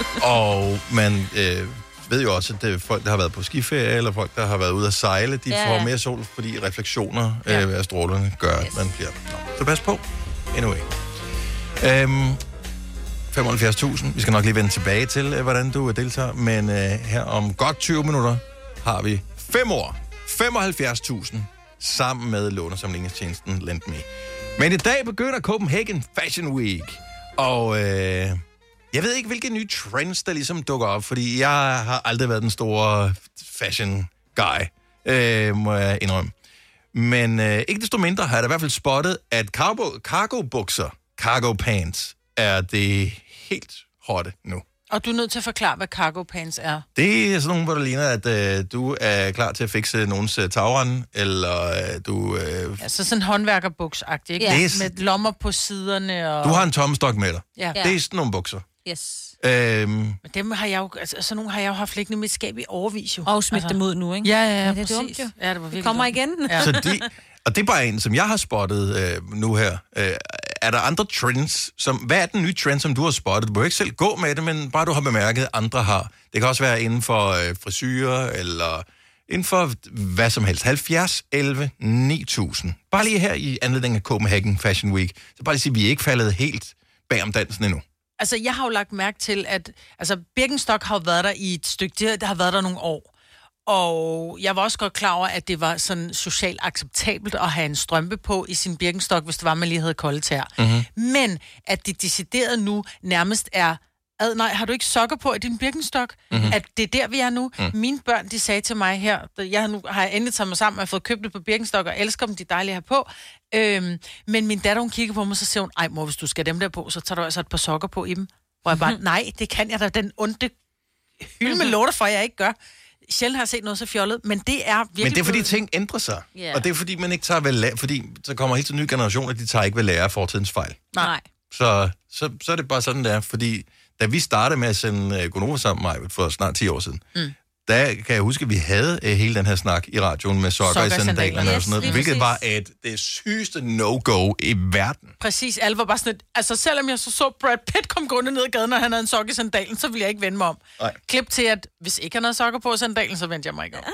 Og man øh, ved jo også, at det er folk, der har været på skiferie, eller folk, der har været ude at sejle, de Ja, får ja. mere sol, fordi refleksioner øh, af strålerne gør, at man bliver... Nå, så pas på. Anyway. Øhm, femoghalvfjerds tusind. Vi skal nok lige vende tilbage til, øh, hvordan du deltager, men øh, her om godt tyve minutter har vi fem år. femoghalvfjerds tusind sammen med lånesamlingstjenesten LendMe. Men i dag begynder Copenhagen Fashion Week, og... Øh, Jeg ved ikke, hvilke nye trends, der ligesom dukker op, fordi jeg har aldrig været den store fashion guy, øh, må jeg indrømme. Men øh, ikke desto mindre har jeg da i hvert fald spottet, at cargo, cargo-bukser, cargo pants, er det helt hotte nu. Og du er nødt til at forklare, hvad cargo pants er. Det er sådan nogle, hvor det ligner, at øh, du er klar til at fikse nogens øh, tagrende, eller øh, du... Øh, Altså sådan en håndværkerbuks-agtig, ikke? Ja. Ja. Det er- Med lommer på siderne og... du har en tommestok med dig. Ja. Det er sådan nogle bukser. Yes. Øhm, Men dem har jeg jo... Altså, sådan nogle har jeg jo haft liggende i mit skab i overvis jo. Og smidt dem ud nu, ikke? Ja, ja, ja, Ja, det er præcis. dumt, jo. Ja, det var virkelig kommer dumt. igen. Ja. Så de, og det er bare en, som jeg har spottet øh, nu her. Øh, er der andre trends? Som, hvad er den nye trend, som du har spottet? Du behøver ikke selv gå med det, men bare du har bemærket, at andre har. Det kan også være inden for øh, frisyrer, eller inden for hvad som helst. halvfjerds elleve ni tusind. Bare lige her i anledning af Copenhagen Fashion Week. Så bare lige sige, at vi er ikke faldet helt bag om dansen endnu. Altså, jeg har jo lagt mærke til, at... Altså, Birkenstock har jo været der i et stykke... Det, det har været der nogle år. Og jeg var også godt klar over, at det var sådan socialt acceptabelt at have en strømpe på i sin Birkenstock, hvis det var, man lige havde kolde tæer. Mm-hmm. Men at det decideret nu nærmest er... Ad, nej, har du ikke sokker på i din Birkenstock? Mhm. At det er der, vi er nu. Mm. Mine børn, de sagde til mig her, da jeg har nu har jeg endelig taget mig sammen, og jeg har fået købt det på Birkenstock, og elsker dem, de er dejlige at have på. Øhm, men min datter, hun kigger på mig, så siger hun, ej mor, hvis du skal have dem der på, så tager du altså et par sokker på i dem. Hvor jeg bare, nej, det kan jeg da, den onde hylde med lorter for, jeg ikke gør. Sjældent har jeg set noget så fjollet, men det er virkelig... Men det er fordi blevet- ting ændrer sig. Ja. Og det er fordi man ikke tager ved lære, fordi så kommer helt til nye generationer, de tager ikke ved lære af fortidens fejl. Nej. Så, så, så er det bare sådan, det er, fordi da vi startede med at sende uh, Gonova sammen med mig for snart ti år siden, mm. der kan jeg huske, at vi havde uh, hele den her snak i radioen med sokker, sokker i sandalerne yes, og sådan noget, hvilket præcis. var et, det sygeste no-go i verden. Præcis, alle var bare sådan et, altså selvom jeg så så Brad Pitt kom gående ned ad gaden, og han havde en sok i sandalen, så ville jeg ikke vende mig om. Nej. Klip til, at hvis ikke han havde sokker på sandalen, så vendte jeg mig ikke om.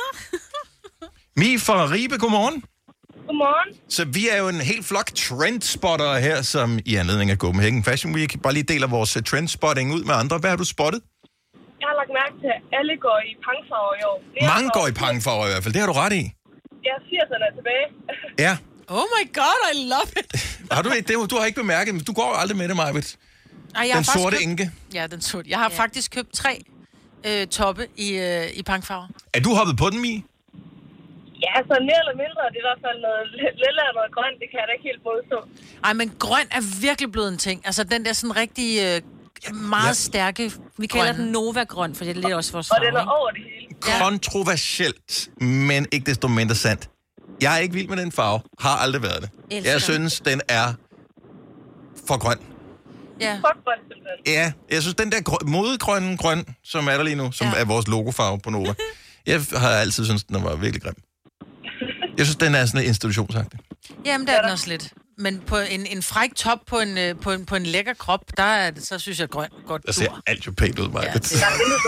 Mi fra Ribe, godmorgen. Godmorgen. Så vi er jo en helt flok trendspotter her, som i anledning af Copenhagen Fashion Week bare lige deler vores trendspotting ud med andre. Hvad har du spottet? Jeg har lagt mærke til, at alle går i pangfarver i år. Det Mange går i pangfarver i hvert fald, det har du ret i. Ja, firserne er tilbage. Ja. Oh my god, I love it. Har du ikke det? Du har ikke bemærket, men du går aldrig med det, Majbet. Den sorte købt... enke. Ja, den sorte. Jeg har ja. faktisk købt tre øh, toppe i, øh, i pangfarver. Er du hoppet på den, Mi? Ja, så mere eller mindre. Det er i hvert fald noget lilla og noget grønt. Det kan jeg da ikke helt modstå. Ej, men grøn er virkelig blevet en ting. Altså, den der sådan rigtig øh, meget ja. stærke Vi kalder grøn. den Nova-grøn, for det er lidt også vores farve. Og den er over det hele. Kontroversielt, men ikke desto mindre sandt. Jeg er ikke vild med den farve. Har aldrig været det. Elsker. Jeg synes, den er for grøn. Ja. For grøn, ja, jeg synes, den der grøn, modegrønne grøn, som er der lige nu, som ja. er vores logofarve på Nova, jeg har altid syntes, den var virkelig grim. Jeg synes, den er sådan en institutionsagtig. Jamen, der er den også lidt. Men på en, en fræk top på en, på en, på en lækker krop, der er det, så synes jeg grøn godt. Der ser alt jo pænt ud, Maja. Ja, det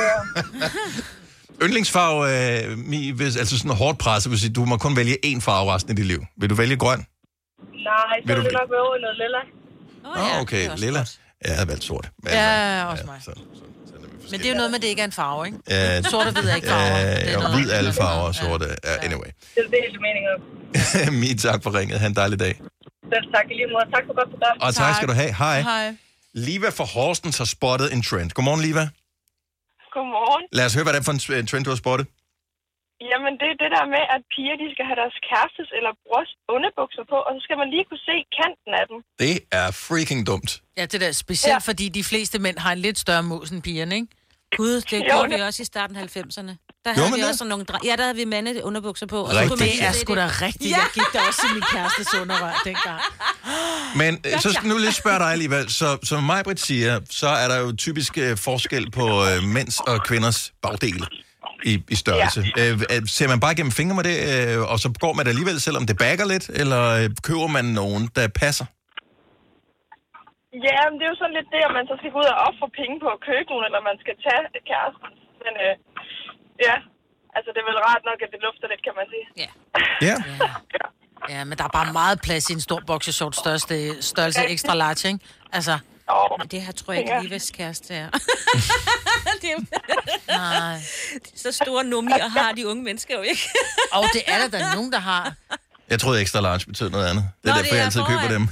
Yndlingsfarve, øh, Mi, hvis, altså sådan hårdt presset, vil sige, du må kun vælge én farve resten af dit liv. Vil du vælge grøn? Nej, så vil, vil det nok være over noget lilla. Åh, oh, ja, okay, lilla. Ja, jeg har valgt sort. Men, ja, også mig. Ja, så, så, så er Men det er jo noget med, det ikke er en farve, ikke? Ja, sort og hvid er ikke farver. Ja, det er jo hvid alle farver og sorte. Ja, anyway. Det er det helt meningen. Mi, tak for ringet. Ha' en dejlig dag. Selv tak i lige måde. Tak for godt program. Og tak, tak skal du have. Hej. Hej. Liva fra Horsens har spottet en trend. Godmorgen, Liva. Godmorgen. Lad os høre, hvad det er for en trend, du har spottet. Jamen, det er det der med, at piger, de skal have deres kærestes eller brors underbukser på, og så skal man lige kunne se kanten af dem. Det er freaking dumt. Ja, det der specielt, ja. fordi de fleste mænd har en lidt større mus end pigerne, ikke? Gud, det gjorde vi også i starten af halvfemserne. Der havde vi også nogle dre- Ja, der havde vi mande underbukser på. Og så det er sgu da rigtigt. Ja. Jeg gik der også i min kærestes undervej dengang. Men så skal jeg nu lige spørge dig alligevel. Så som Maj-Brit siger, så er der jo typisk uh, forskel på uh, mænds og kvinders bagdele i, i størrelse. Ja. Uh, ser man bare gennem fingre med det, uh, og så går man det alligevel, selvom det bagger lidt, eller uh, køber man nogen, der passer? Ja, men det er jo sådan lidt det, at man så skal gå ud og ofre penge på at købe nogen, eller man skal tage kæresten. Men øh, ja, altså det er vel rart nok, at det lufter lidt, kan man sige. Ja. Ja. ja. Ja, men der er bare meget plads i en stor boxershort, største størrelse ekstra large, ikke? Altså. Oh, men det her tror jeg ikke, ja. Livas kæreste er. det er Nej. Så store nummier har de unge mennesker jo ikke. Og det er der, der er nogen, der har. Jeg troede extra large betød noget andet. Det er Nå, derfor, det er jeg altid foran. køber dem.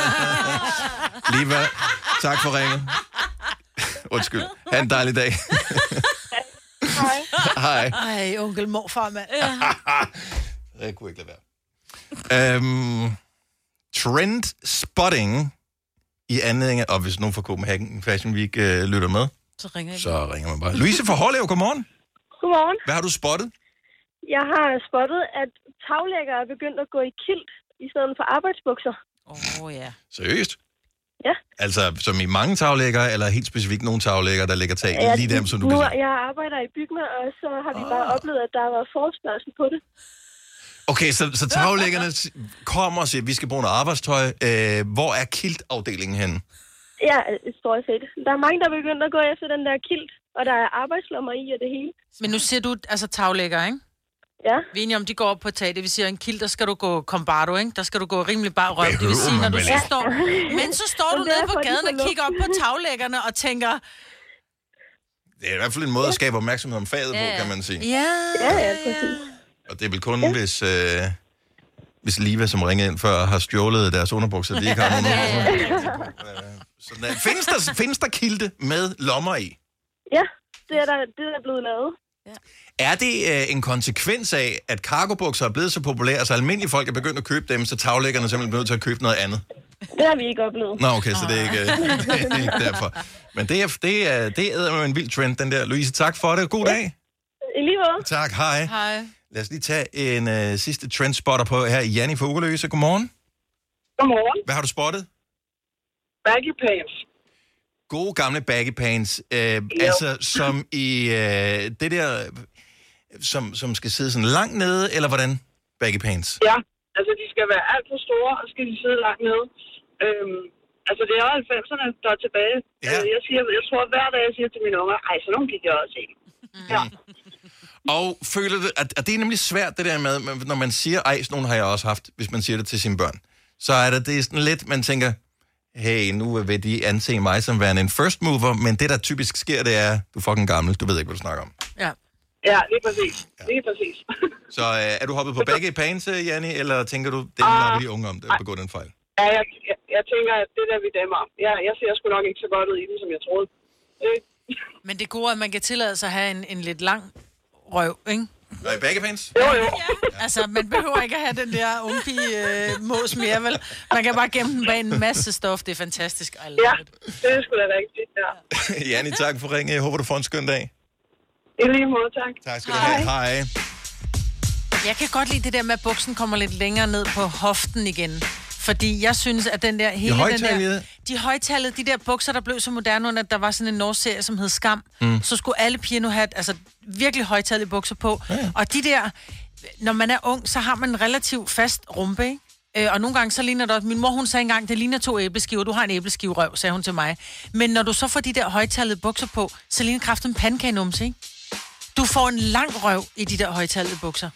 Liva, tak for ringet. Undskyld. Ha' en dejlig dag. Hej. Hej. Ej, onkel morfar, mand. Ja. Jeg kunne ikke lade være. Øhm, trend spotting i anledning af, og hvis nogen fra Copenhagen Fashion Week øh, lytter med, så ringer, jeg. så ringer man bare. Louise fra Hårlev, godmorgen. Godmorgen. Hvad har du spottet? Jeg har spottet, at taglæggere er begyndt at gå i kilt i stedet for arbejdsbukser. Åh, oh, ja. Seriøst? Ja. Altså, som i mange taglæggere, eller helt specifikt nogle taglæggere, der lægger tag i ja, lige dem, som du nu, kan se? Jeg arbejder i Bygma, og så har vi oh. bare oplevet, at der har været forespørgsel på det. Okay, så, så taglæggerne kommer og siger, at vi skal bruge noget arbejdstøj. Øh, hvor er kiltafdelingen henne? Ja, stort set. Der er mange, der er begyndt at gå efter den der kilt, og der er arbejdslommer i og det hele. Men nu ser du altså taglægger, ikke? Ja. Vi er enige om, de går op på tag. Det vil sige, en kilt, der skal du gå kombardo, ikke? Der skal du gå rimelig bare røv. Det vil sige, når du så står... Men så står du nede på gaden og kigger op på taglæggerne og tænker... Det er i hvert fald en måde at skabe opmærksomhed om faget ja. på, kan man sige. Ja, ja, ja, præcis. Og det er vel kun, ja. hvis... Øh, hvis Liva, som ringede ind før, har stjålet deres underbukser, de ikke har nogen underbukser. Så der, findes, der, findes der kilte med lommer i? Ja, det er der, det er der blevet lavet. Ja. Er det øh, en konsekvens af, at cargobukser er blevet så populære, så almindelige folk er begyndt at købe dem, så taglæggerne simpelthen er nødt til at købe noget andet? Det har vi ikke oplevet. Nå, okay, så det er ikke, øh, det er ikke derfor. Men det er, det er, det er en vild trend, den der. Louise, tak for det. God dag. I lige måde. Tak, hej. Hej. Lad os lige tage en øh, sidste trendspotter på her. Janni fra Ugeløse, godmorgen. Godmorgen. Hvad har du spottet? Baggy pants. Gode gamle baggy pants. Øh, altså, som i øh, det der, som, som skal sidde sådan langt nede, eller hvordan? Baggy pants? Ja, altså de skal være alt for store, og skal de sidde langt nede. Øhm, altså det er halvfemserne, der er tilbage. Ja. Jeg, siger, jeg tror hver dag, jeg siger til mine unger, ej, så nogen gik jeg også i. Ja. Og føler det, at, at det er nemlig svært det der med, når man siger, ej, sådan nogle har jeg også haft, hvis man siger det til sine børn. Så er det, det er sådan lidt, man tænker, hey, nu vil de anse mig som værende en first mover, men det, der typisk sker, det er, du er fucking gammel, du ved ikke, hvad du snakker om. Ja. Ja, lige præcis. Ja. Lige præcis. Så øh, er du hoppet på begge pants, Janni, eller tænker du, det lader vi de unge om, at begå den fejl? Ja, jeg, jeg, jeg tænker, at det der, vi dæmmer om. Jeg, jeg ser sgu nok ikke så godt ud i den, som jeg troede. Øh. Men det gode er, at man kan tillade sig at have en, en lidt lang røv, ikke? Og i begge pants? Jo, jo. Ja. Altså, man behøver ikke at have den der unge øh, mås mere, vel? Man kan bare gemme den bag en masse stof. Det er fantastisk. Ja, det er sgu da rigtigt, ja. Janni, tak for ringen. Jeg håber, du får en skøn dag. I lige måde, tak. Tak skal du have. Hej. Jeg kan godt lide det der med, at buksen kommer lidt længere ned på hoften igen. Fordi jeg synes, at den der... Hele de den der, de højtallede, de der bukser, der blev så moderne, under at der var sådan en norsk serie, som hed Skam. Mm. Så skulle alle piger nu have altså, virkelig højtallede bukser på. Ja. Og de der... Når man er ung, så har man en relativt fast rumpe, ikke? Øh, og nogle gange så ligner det også... Min mor, hun sagde engang, det ligner to æbleskiver. Du har en æbleskiverøv, sagde hun til mig. Men når du så får de der højtallede bukser på, så ligner kraften pandekagenumse, ikke? Du får en lang røv i de der højtallede bukser.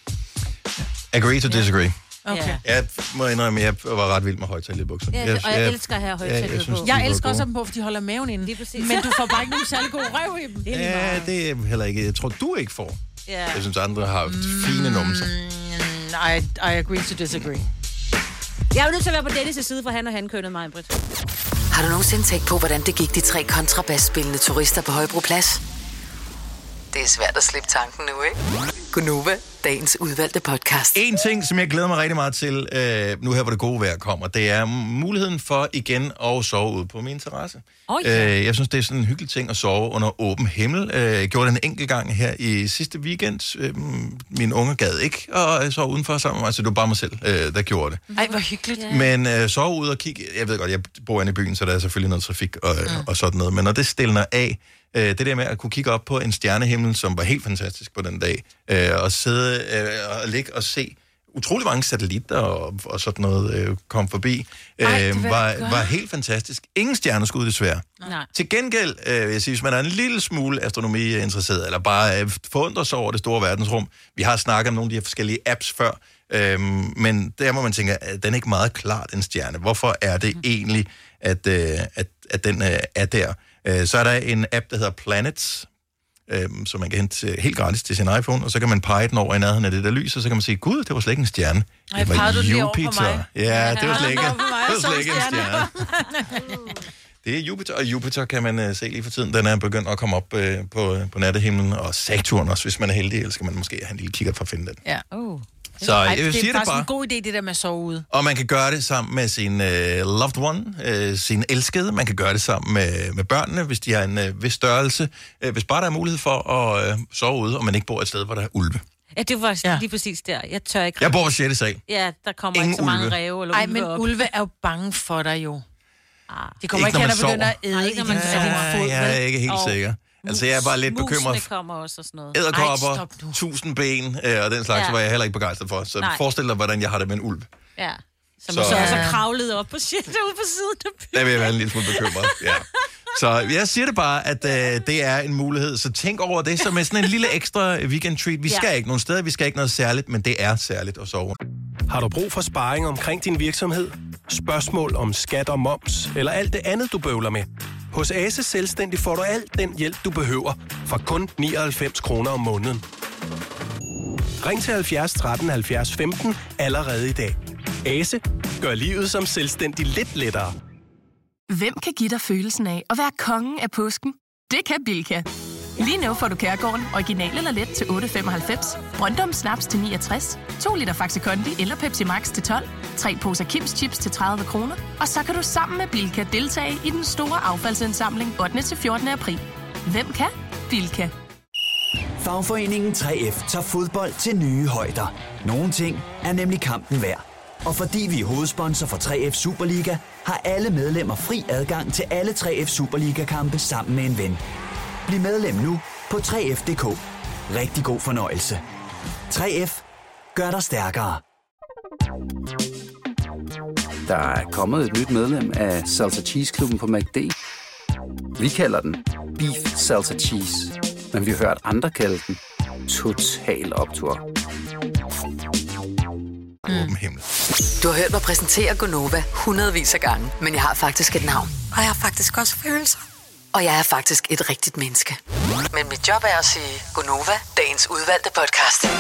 Agree to disagree. Okay. Jeg må indrømme, at jeg var ret vild med højtallede bukser. Ja, og jeg, jeg elsker at have højtallede ja, på. Jeg elsker også dem på, for de holder maven inde. Men du får bare ikke nogen særlig god røv i dem. Det ja, det er heller ikke... Jeg tror, du ikke får. Yeah. Jeg synes, andre har mm, fine numser. I, I agree to disagree. Jeg er jo nødt til at være på Dennis' side, for han og han kønnede mig, Britt. Har du nogensinde tænkt på, hvordan det gik de tre kontrabasspillende turister på Højbroplads? Det er svært at slippe tanken nu, ikke? Gunova, dagens udvalgte podcast. En ting, som jeg glæder mig rigtig meget til, øh, nu her hvor det gode vejr kommer, det er muligheden for igen at sove ude på min terrasse. Oh, ja. øh, jeg synes, det er sådan en hyggelig ting at sove under åben himmel. Øh, jeg gjorde det en enkelt gang her i sidste weekend. Øh, min unge gad ikke at sove udenfor sammen med mig, så det var bare mig selv, øh, der gjorde det. Ej, hvor hyggeligt. Yeah. Men øh, sove ude og kigge, jeg ved godt, jeg bor inde i byen, så der er selvfølgelig noget trafik og, mm. og sådan noget, men når det stiller af, det der med at kunne kigge op på en stjernehimmel, som var helt fantastisk på den dag, øh, og sidde øh, og ligge og se utrolig mange satellitter og, og sådan noget øh, kom forbi, øh, Ej, var, var helt fantastisk. Ingen stjerneskud desværre. Nej. Til gengæld, øh, vil jeg sige, hvis man er en lille smule astronomi interesseret, eller bare øh, forundrer sig over det store verdensrum, vi har snakket om nogle af de her forskellige apps før, øh, men der må man tænke, at den er ikke meget klart en stjerne. Hvorfor er det mm. egentlig, at, øh, at, at den øh, er der? Så er der en app, der hedder Planets, øhm, som man kan hente helt gratis til sin iPhone, og så kan man pege den over i nærheden af det der lys, og så kan man sige, gud, det var slet ikke en stjerne. Ej, det var Jupiter. Ja, det var slet ikke, det var slet ikke en stjerne. Det er Jupiter, og Jupiter kan man uh, se lige for tiden. Den er begyndt at komme op uh, på, på nattehimlen, og Saturn også, hvis man er heldig, eller skal man måske have en lille kigger for at finde den. Ja. Uh. Så Ej, jeg det er siger faktisk det bare. en god idé, det der med at sove ude. Og man kan gøre det sammen med sin uh, loved one, uh, sin elskede. Man kan gøre det sammen med, med børnene, hvis de har en uh, vis størrelse. Uh, hvis bare der er mulighed for at uh, sove ude, og man ikke bor et sted, hvor der er ulve. Ja, det var ja. lige præcis der. Jeg tør ikke. Jeg bor på sjette sal. Ja, der kommer Ingen ikke så mange ræve eller ulve. Ej, men op. ulve er jo bange for dig jo. Ah. De kommer ikke, ikke hen og begynder at æde i din fod. Jeg er ikke helt og sikker. Altså, jeg er bare lidt bekymret. Musene kommer også og sådan noget. Æderkopper, tusind ben øh, og den slags, ja. var jeg heller ikke begejstret for. Så Nej. forestil dig, hvordan jeg har det med en ulv. Ja, som så, så også er kravlet op på shit ude på siden. Der vil jeg være en lille smule bekymret, ja. Så jeg siger det bare, at øh, det er en mulighed. Så tænk over det som er sådan en lille ekstra weekend treat. Vi skal ja. ikke nogen steder, vi skal ikke noget særligt, men det er særligt at sove. Har du brug for sparring omkring din virksomhed? Spørgsmål om skat og moms, eller alt det andet, du bøvler med? Hos Ase Selvstændig får du alt den hjælp, du behøver, for kun nioghalvfems kroner om måneden. Ring til halvfjerds tretten halvfjerds femten allerede i dag. Ase gør livet som selvstændig lidt lettere. Hvem kan give dig følelsen af at være kongen af påsken? Det kan Bilka. Lige nu får du Kærgården original eller let til otte femoghalvfems, Brøndum Snaps til niogtres, to liter Faxi Kondi eller Pepsi Max til tolv, tre poser Kims Chips til tredive kroner, og så kan du sammen med Bilka deltage i den store affaldsindsamling ottende til fjortende april. Hvem kan? Bilka. Fagforeningen tre F tager fodbold til nye højder. Nogle ting er nemlig kampen værd. Og fordi vi er hovedsponsor for tre F Superliga, har alle medlemmer fri adgang til alle tre F Superliga-kampe sammen med en ven. Bliv medlem nu på tre F punktum d k. Rigtig god fornøjelse. tre F gør dig stærkere. Der er kommet et nyt medlem af Salsa Cheese Klubben på McD. Vi kalder den Beef Salsa Cheese, men vi har hørt andre kalde den Total Optur. Åben himmel. Du har hørt mig præsentere Gonova hundredvis af gange, men jeg har faktisk et navn. Og jeg har faktisk også følelser. Og jeg er faktisk et rigtigt menneske. Men mit job er at sige Gonova, dagens udvalgte podcast.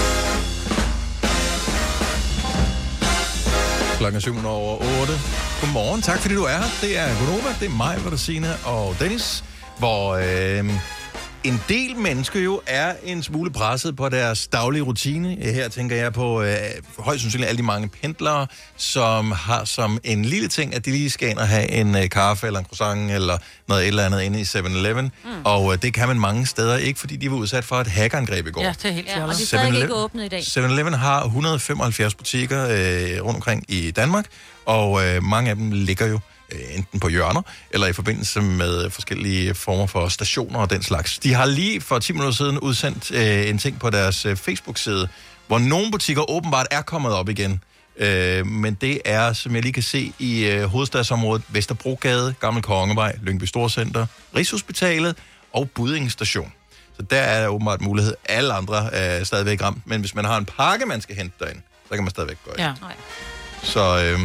Klokken syv over otte. Godmorgen, tak fordi du er her. Det er Gonova, det er mig, Valentina og Dennis, hvor øh, en del mennesker jo er en smule presset på deres daglige rutine. Her tænker jeg på øh, højst sandsynligt alle de mange pendlere, som har som en lille ting, at de lige skal ind og have en øh, kaffe eller en croissant eller noget eller andet inde i seven eleven. Mm. Og øh, det kan man mange steder ikke, fordi de var udsat for et hackerangreb i går. Ja, det er helt ja, og de er stadig ikke åbnet i dag. seven eleven har et hundrede og femoghalvfjerds butikker øh, rundt omkring i Danmark, og øh, mange af dem ligger jo enten på hjørner, eller i forbindelse med forskellige former for stationer og den slags. De har lige for ti minutter siden udsendt øh, en ting på deres øh, Facebook-side, hvor nogle butikker åbenbart er kommet op igen. Øh, men det er, som jeg lige kan se, i øh, hovedstadsområdet Vesterbrogade, Gammel Kongevej, Lyngby Storcenter, Rigshospitalet og Buddinge Station. Så der er åbenbart mulighed. Alle andre er stadigvæk ramt, men hvis man har en pakke, man skal hente derind, så kan man stadigvæk gå ind. Ja. Så øh,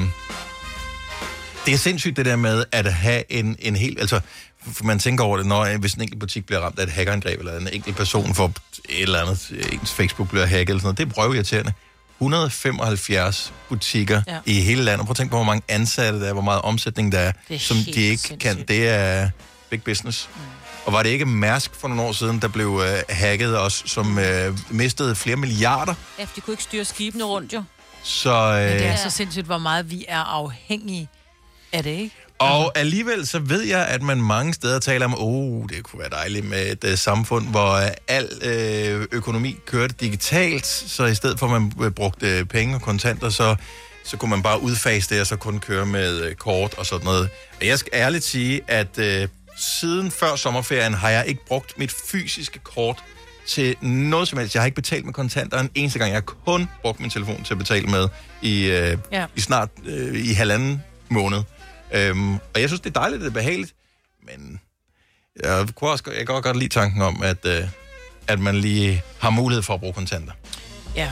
det er sindssygt det der med at have en, en helt, altså man tænker over det, når hvis en enkelt butik bliver ramt af et hackerangreb, eller en enkelt person får et eller andet, ens Facebook bliver hacket eller sådan noget, det er brøvirriterende. et hundrede og femoghalvfjerds butikker ja. i hele landet. Prøv at tænke på, hvor mange ansatte der er, hvor meget omsætning der er, er som de ikke sindssygt. kan. Det er big business. Mm. Og var det ikke Mærsk for nogle år siden, der blev uh, hacket også, som uh, mistede flere milliarder? Ja, de kunne ikke styre skibene rundt jo. Så, uh, Men det er så sindssygt, hvor meget vi er afhængige af det, ikke? Og alligevel så ved jeg, at man mange steder taler om, åh, oh, det kunne være dejligt med et uh, samfund, hvor uh, al uh, økonomi kørte digitalt, så i stedet for at man uh, brugte uh, penge og kontanter, så, så kunne man bare udfase det, og så kun køre med uh, kort og sådan noget. Og jeg skal ærligt sige, at uh, siden før sommerferien har jeg ikke brugt mit fysiske kort til noget som helst. Jeg har ikke betalt med kontanter en eneste gang. Jeg har kun brugt min telefon til at betale med i, uh, ja. i snart uh, i halvanden måned. Øhm, og jeg synes, det er dejligt, det er behageligt, men jeg kunne også jeg kan også godt lide tanken om, at, øh, at man lige har mulighed for at bruge kontanter. Ja.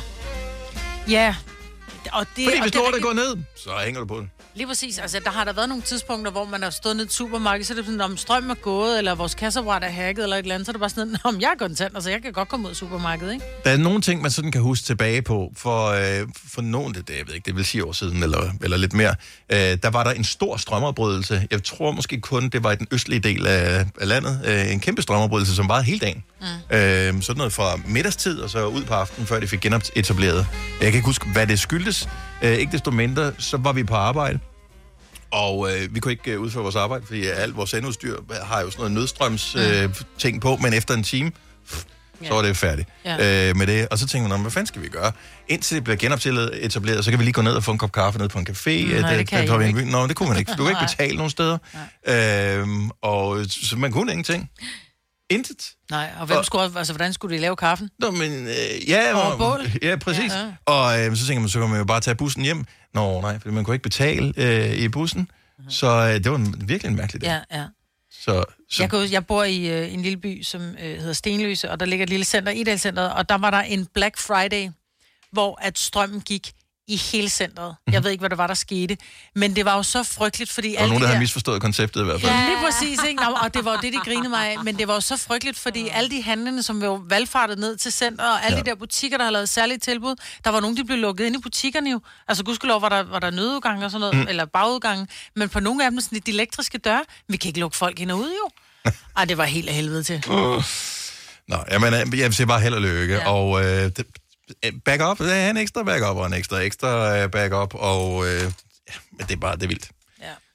Ja. Og det, Fordi og hvis det, lortet går ned, så hænger du på den. Lige præcis. Altså, der har der været nogle tidspunkter, hvor man har stået ned i et supermarked, så er det sådan, om strøm er gået, eller vores kasseapparat er hacket, eller et eller andet, så er det bare sådan, om jeg er kontant, altså jeg kan godt komme ud af supermarkedet, ikke? Der er nogle ting, man sådan kan huske tilbage på, for, øh, for nogen, det, det, jeg ved ikke, det vil sige år siden, eller, eller lidt mere, øh, der var der en stor strømafbrydelse. Jeg tror måske kun, det var i den østlige del af, af landet. Øh, en kæmpe strømafbrydelse, som varede hele dagen. Mm. Øh, sådan noget fra middagstid, og så ud på aftenen, før de fik genetableret. Jeg kan ikke huske, hvad det skyldtes. Øh, ikke desto mindre, så var vi på arbejde. Og øh, vi kunne ikke øh, udføre vores arbejde, fordi alt vores sendeudstyr har jo sådan noget nødstrøms øh, ting på, men efter en time, pff, ja. så var det færdigt ja. øh, med det. Og så tænkte man, hvad fanden skal vi gøre? Indtil det bliver genetableret, så kan vi lige gå ned og få en kop kaffe ned på en café. Nej, det, det kan det, jeg ikke. Nå, det kunne man ikke. Du kan ikke betale nogen steder. Øh, og så man kunne ingenting. Intet. Nej, og hvem og, skulle, altså, hvordan skulle de lave kaffen? Nå, men, øh, ja, over bål? Ja, præcis. Ja, ja. Og øh, så tænker man, så kan man jo bare tage bussen hjem. Nå, nej, for man kunne ikke betale øh, i bussen. Uh-huh. Så øh, det var en, virkelig en mærkelig dag. Ja, ja. Så, så... Jeg, går, jeg bor i øh, en lille by, som øh, hedder Stenløse, og der ligger et lille center, Idalcenteret, og der var der en Black Friday, hvor at strømmen gik i hele centret. Mm-hmm. Jeg ved ikke, hvad der var, der skete. Men det var jo så frygteligt, fordi... Og nogen, der, der har misforstået konceptet i hvert fald. Ja, lige præcis, ikke? Og det var jo det, de grinede mig af. Men det var jo så frygteligt, fordi alle de handlende, som var valgfartet ned til centret, og alle ja. de der butikker, der har lavet særlige tilbud, der var nogen, der blev lukket ind i butikkerne jo. Altså, gudskelov var der, var der nødudgang og sådan noget, mm. eller bagudgang. Men på nogle af dem, sådan de elektriske døre, vi kan ikke lukke folk ind og ud jo. Ej, det var helt af helvede til. Uh. Nå, jamen, jeg siger bare held og lykke, ja. og... Øh, det... Backup, det er en ekstra backup og en ekstra ekstra backup, og øh, ja, men det er bare, det er vildt. Ja.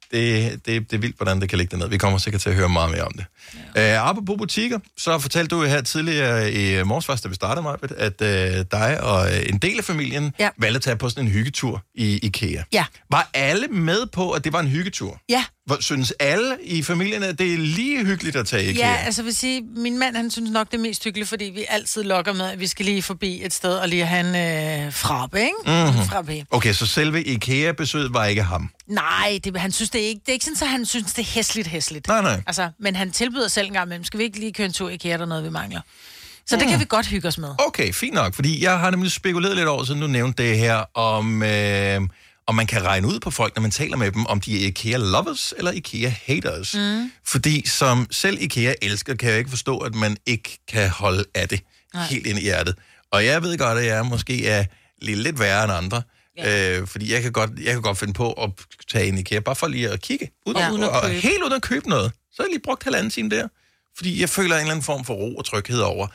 det, det, det er vildt, hvordan det kan ligge dernede. Vi kommer sikkert til at høre meget mere om det. Ja. Uh, apropos butikker, så fortalte du her tidligere i morges, først, da vi startede, Maj-Brit, at uh, dig og en del af familien ja. valgte at tage på sådan en hyggetur i IKEA. Ja. Var alle med på, at det var en hyggetur? Ja. Hvor, synes alle i familien, at det er lige hyggeligt at tage i IKEA? Ja, altså vil sige, min mand, han synes nok det er mest hyggeligt, fordi vi altid lokker med, at vi skal lige forbi et sted og lige have en øh, frappe, ikke? Mm-hmm. En frappe. Okay, så selve IKEA-besøget var ikke ham? Nej, det, han synes det ikke. Det er ikke sådan, at han synes, det er hæsligt, hæsligt. Nej, nej. Altså, men han tilbyder selv en gang imellem. Skal vi ikke lige køre en tur i IKEA, der er noget, vi mangler? Så mm. det kan vi godt hygge os med. Okay, fint nok. Fordi jeg har nemlig spekuleret lidt over, siden du nævnte det her, om, øh, om man kan regne ud på folk, når man taler med dem, om de er IKEA-lovers eller IKEA-haters. Mm. Fordi som selv IKEA-elsker, kan jeg ikke forstå, at man ikke kan holde af det nej. helt ind i hjertet. Og jeg ved godt, at jeg måske er lidt værre end andre. Ja. Øh, fordi jeg kan, godt, jeg kan godt finde på at tage ind i IKEA, bare for lige at kigge. Uden, ja. uden at og helt uden at købe noget. Så har jeg lige brugt halvanden time der. Fordi jeg føler en eller anden form for ro og tryghed over,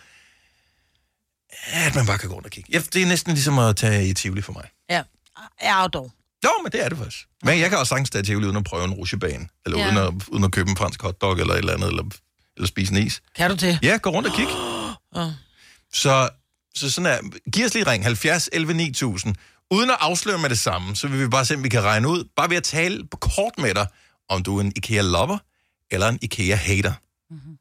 at man bare kan gå rundt og kigge. Ja, det er næsten ligesom at tage i Tivoli for mig. Ja, ja dog. Jo, men det er det faktisk. Men jeg kan også sagtens tage i Tivoli uden at prøve en rutsjebane. Eller ja. uden, at, uden at købe en fransk hotdog eller et eller andet. Eller, eller spise en is. Kan du det? Ja, gå rundt og kigge. Oh. Så, så sådan er. Giv os lige ring halvfjerds elleve ni tusind. Uden at afsløre med det samme, så vil vi bare se, om vi kan regne ud. Bare ved at tale på kort med dig, om du er en IKEA-lover eller en IKEA-hater. Mm-hmm.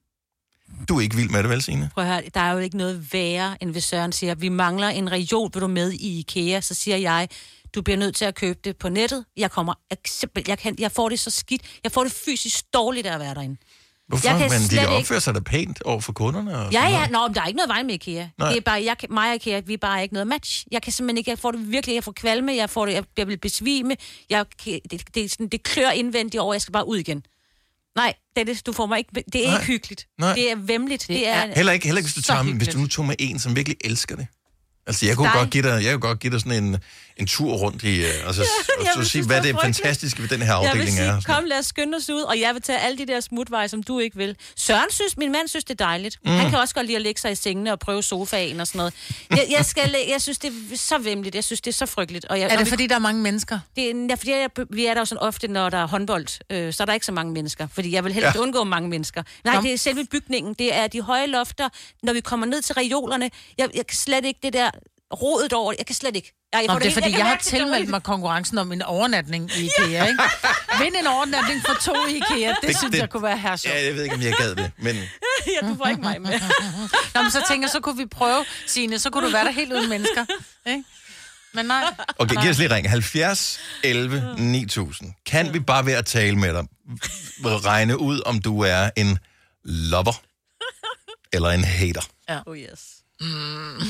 Du er ikke vild med det, vel, Signe? Prøv at høre, der er jo ikke noget værre, end hvis Søren siger, vi mangler en reol, vil du med i IKEA? Så siger jeg, du bliver nødt til at købe det på nettet. Jeg kommer, jeg, jeg, kan, jeg får det så skidt. Jeg får det fysisk dårligt af at være derinde. Hvorfor? Jeg kan men de opfører ikke... sig da pænt over for kunderne? Og ja, ja, nå, men der er ikke noget vej med IKEA. Nej. Det er bare, jeg, mig og IKEA, vi er bare ikke noget match. Jeg kan simpelthen ikke, jeg får det virkelig, jeg får kvalme, jeg får det, jeg, jeg vil besvime, jeg, det, det, det, sådan, det klør indvendigt over, jeg skal bare ud igen. Nej, det er det, du får mig ikke, det er Nej. ikke hyggeligt. Nej. Det er væmmeligt. Det, det er, er heller ikke, heller ikke hvis, du tager, hvis du nu tog med en, som virkelig elsker det. Altså, jeg kunne Steg. godt give dig, jeg kunne godt give dig sådan en, en tur rundt i, altså, ja, og så sige, hvad det fantastiske ved den her afdeling sige, er. Kom, lad os skynde os ud, og jeg vil tage alle de der smutveje, som du ikke vil. Søren synes, min mand synes, det er dejligt. Mm. Han kan også godt lide at lægge sig i sengene og prøve sofaen og sådan noget. Jeg, jeg, skal, jeg synes, det er så vemmeligt. Jeg synes, det er så frygteligt. Og jeg, er det, fordi der er mange mennesker? Det er, ja, fordi jeg, vi er der jo sådan ofte, når der er håndbold, øh, så er der ikke så mange mennesker. Fordi jeg vil helst ja. undgå mange mennesker. Nej, Kom. det er selve bygningen. Det er de høje lofter. Når vi kommer ned til reolerne, jeg, jeg kan slet ikke det der... rodet over, jeg kan slet ikke. Jeg, Nå, det er fordi, jeg, jeg har tilmeldt mig konkurrencen om en overnatning i IKEA, ja. ikke? Vind en overnatning for to i IKEA, det, det synes det, jeg kunne være her sjovt. Ja, jeg ved ikke, om jeg gad det, men... ja, du får ikke mig med. Nå, men så tænker jeg, så kunne vi prøve, Signe, så kunne du være der helt uden mennesker, ikke? Men nej. Okay, giv os lige ring. halvfjerds elleve ni tusind. Kan vi bare ved at tale med dig regne ud, om du er en lover eller en hater? Ja. Oh yes. Mm.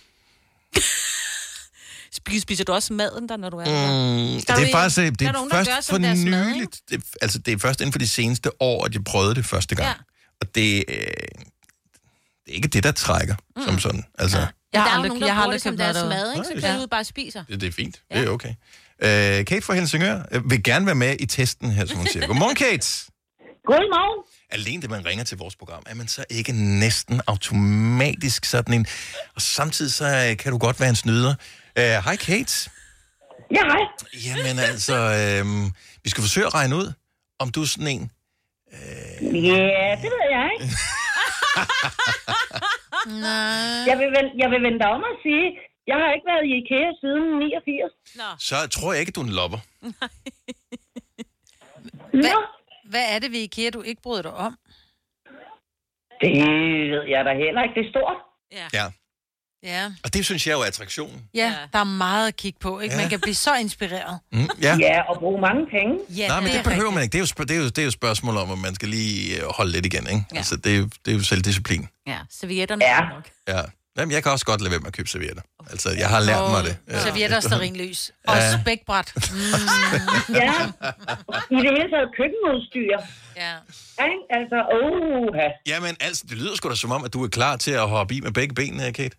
Spiser du også maden der, når du er der? Mm, det er faktisk det er nogen, først for nyligt. Det, altså, det er først inden for de seneste år, at jeg prøvede det første gang. Ja. Og det, øh, det er ikke det, der trækker, mm. som sådan. Altså, ja. Jeg har aldrig, jeg har aldrig købt deres mad, ikke? Så kan du ud bare spiser. Det, det er fint. Ja. Det er okay. Uh, Kate fra Helsingør vil gerne være med i testen her, som hun siger. Godmorgen, Kate. Godmorgen. Alene det, man ringer til vores program, er man så ikke næsten automatisk sådan en... Og samtidig så kan du godt være en snyder. Hej, uh, Kate. Ja, hej. Jamen altså, øh, vi skal forsøge at regne ud, om du er sådan en... Øh... Ja, det ved jeg ikke. Nej. Jeg vil, vende, jeg vil vende dig om og sige, jeg har ikke været i IKEA siden niogfirs. Nå. Så tror jeg ikke, du er en lopper. Hvad, hvad er det ved IKEA, du ikke bryder dig om? Det ved jeg da heller ikke. Det er stort. Ja. ja. Ja. Og det synes jeg jo er attraktionen. Ja, der er meget at kigge på, ikke? Ja. Man kan blive så inspireret. Mm, ja. ja, og bruge mange penge. Ja, Nej, men det, det behøver rigtigt. Man ikke. Det er, jo, det, er jo, det er jo spørgsmål om, at man skal lige holde lidt igen, ikke? Ja. Altså, det er, jo, det er jo selvdisciplin. Ja, servietterne ja. nok. Ja. Jamen, jeg kan også godt lade være med at købe servietter. Altså, jeg har lært oh, mig det. Ja. Servietter og stearinlys. Og ja. spækbræt. Mm. ja. I det hele taget køkkenudstyr. Ja. Altså, åh. Jamen, altså, det lyder sgu da som om, at du er klar til at hoppe i med begge benene, Kate.